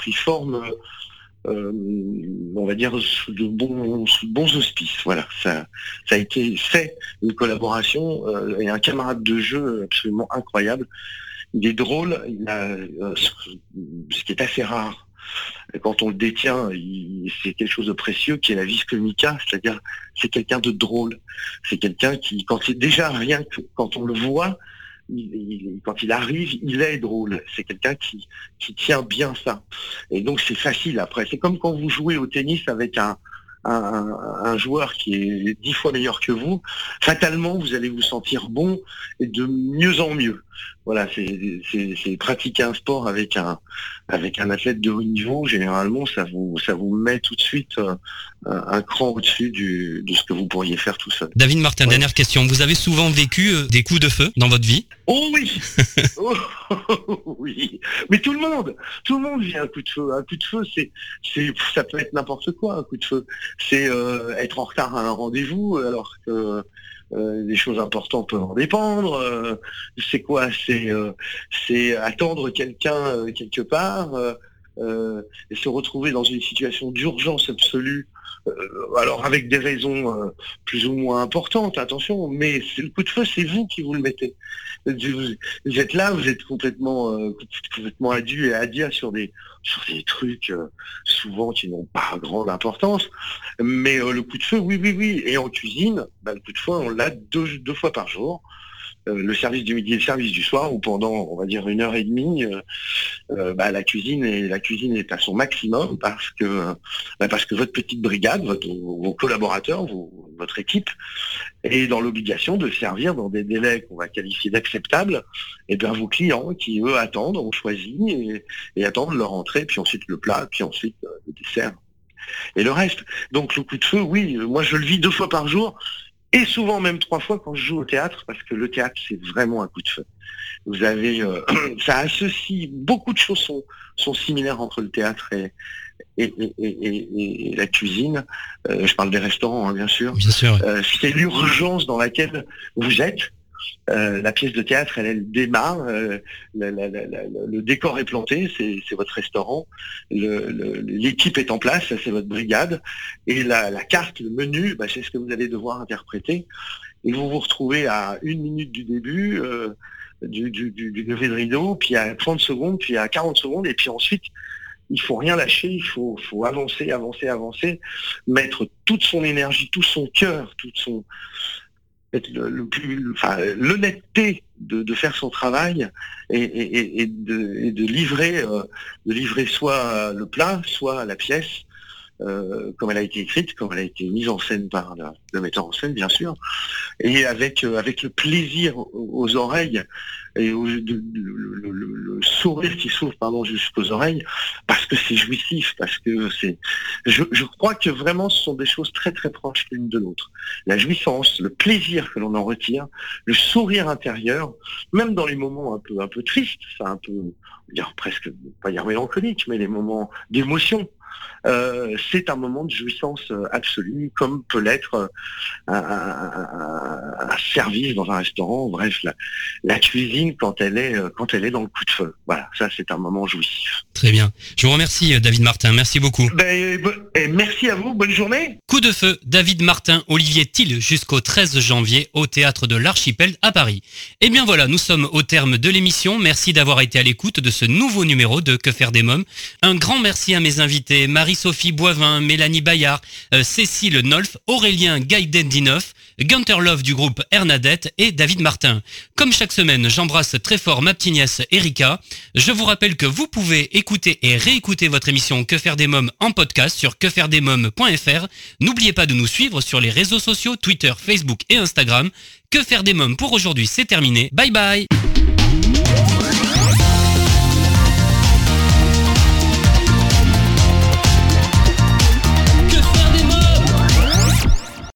on va dire, sous de bons auspices. Voilà, ça a été fait, une collaboration et un camarade de jeu absolument incroyable. Il est drôle, ce qui est assez rare. Quand on le détient, c'est quelque chose de précieux qui est la vis comica, c'est-à-dire c'est quelqu'un de drôle. C'est quelqu'un qui, quand on le voit, quand il arrive, il est drôle. C'est quelqu'un qui tient bien ça. Et donc c'est facile après. C'est comme quand vous jouez au tennis avec un joueur qui est 10 fois meilleur que vous. Fatalement, vous allez vous sentir bon et de mieux en mieux. Voilà, c'est pratiquer un sport avec un athlète de haut niveau. Généralement, ça vous met tout de suite un cran au-dessus de ce que vous pourriez faire tout seul. David Martin, dernière question. Vous avez souvent vécu des coups de feu dans votre vie ? Oh oui. Oui. Mais tout le monde vit un coup de feu. Un coup de feu, ça peut être n'importe quoi. Un coup de feu, c'est être en retard à un rendez-vous alors que des choses importantes peuvent en dépendre. C'est quoi ? C'est attendre quelqu'un quelque part et se retrouver dans une situation d'urgence absolue. Alors avec des raisons plus ou moins importantes, attention, mais le coup de feu, c'est vous qui vous le mettez. Vous êtes là, vous êtes complètement adu et adia sur des trucs souvent qui n'ont pas grande importance. Mais le coup de feu, oui. Et en cuisine, le coup de feu, on l'a deux fois par jour. Le service du midi et le service du soir, où pendant, on va dire, 1h30, la cuisine est à son maximum parce que votre petite brigade, vos collaborateurs, votre équipe est dans l'obligation de servir dans des délais qu'on va qualifier d'acceptables, et bien vos clients qui, eux, attendent, ont choisi et attendent leur entrée, puis ensuite le plat, puis ensuite le dessert et le reste. Donc le coup de feu, oui, moi je le vis 2 fois par jour. Et souvent même 3 fois quand je joue au théâtre, parce que le théâtre, c'est vraiment un coup de feu. Vous avez, ça associe, beaucoup de choses sont similaires entre le théâtre et la cuisine. Je parle des restaurants, hein, bien sûr. Bien sûr. C'est l'urgence dans laquelle vous êtes. La pièce de théâtre, elle démarre, le décor est planté, c'est votre restaurant, l'équipe est en place, ça, c'est votre brigade, et la carte, le menu, c'est ce que vous allez devoir interpréter, et vous vous retrouvez à 1 minute du début du lever de rideau, puis à 30 secondes, puis à 40 secondes, et puis ensuite, il faut rien lâcher, il faut avancer, mettre toute son énergie, tout son cœur, être l'honnêteté de faire son travail et de livrer soit le plat, soit la pièce comme elle a été écrite, comme elle a été mise en scène par le metteur en scène, bien sûr, et avec le plaisir aux oreilles et le sourire qui s'ouvre jusqu'aux oreilles, parce que c'est jouissif, parce que je crois que vraiment ce sont des choses très très proches l'une de l'autre. La jouissance, le plaisir que l'on en retire, le sourire intérieur, même dans les moments un peu tristes, un peu, on va dire presque, pas dire mélancolique, mais les moments d'émotion. C'est un moment de jouissance absolue, comme peut l'être un service dans un restaurant. Bref, la cuisine quand elle est dans le coup de feu. Voilà, ça c'est un moment jouissif. Très bien. Je vous remercie David Martin, merci beaucoup. Merci à vous, bonne journée. Coup de feu, David Martin, Olivier Thiel jusqu'au 13 janvier au Théâtre de l'Archipel à Paris. Et bien voilà, nous sommes au terme de l'émission. Merci d'avoir été à l'écoute de ce nouveau numéro de Que faire des mômes. Un grand merci à mes invités, Marie-Sophie Boivin, Mélanie Bayard, Cécile Nolf, Aurélien Gaïdendinoff, Gunther Love du groupe Hernadette et David Martin. Comme chaque semaine, j'embrasse très fort ma petite nièce Erika. Je vous rappelle que vous pouvez écouter et réécouter votre émission Que faire des mômes en podcast sur quefairedesmômes.fr. N'oubliez pas de nous suivre sur les réseaux sociaux Twitter, Facebook et Instagram. Que faire des mômes pour aujourd'hui, c'est terminé. Bye bye.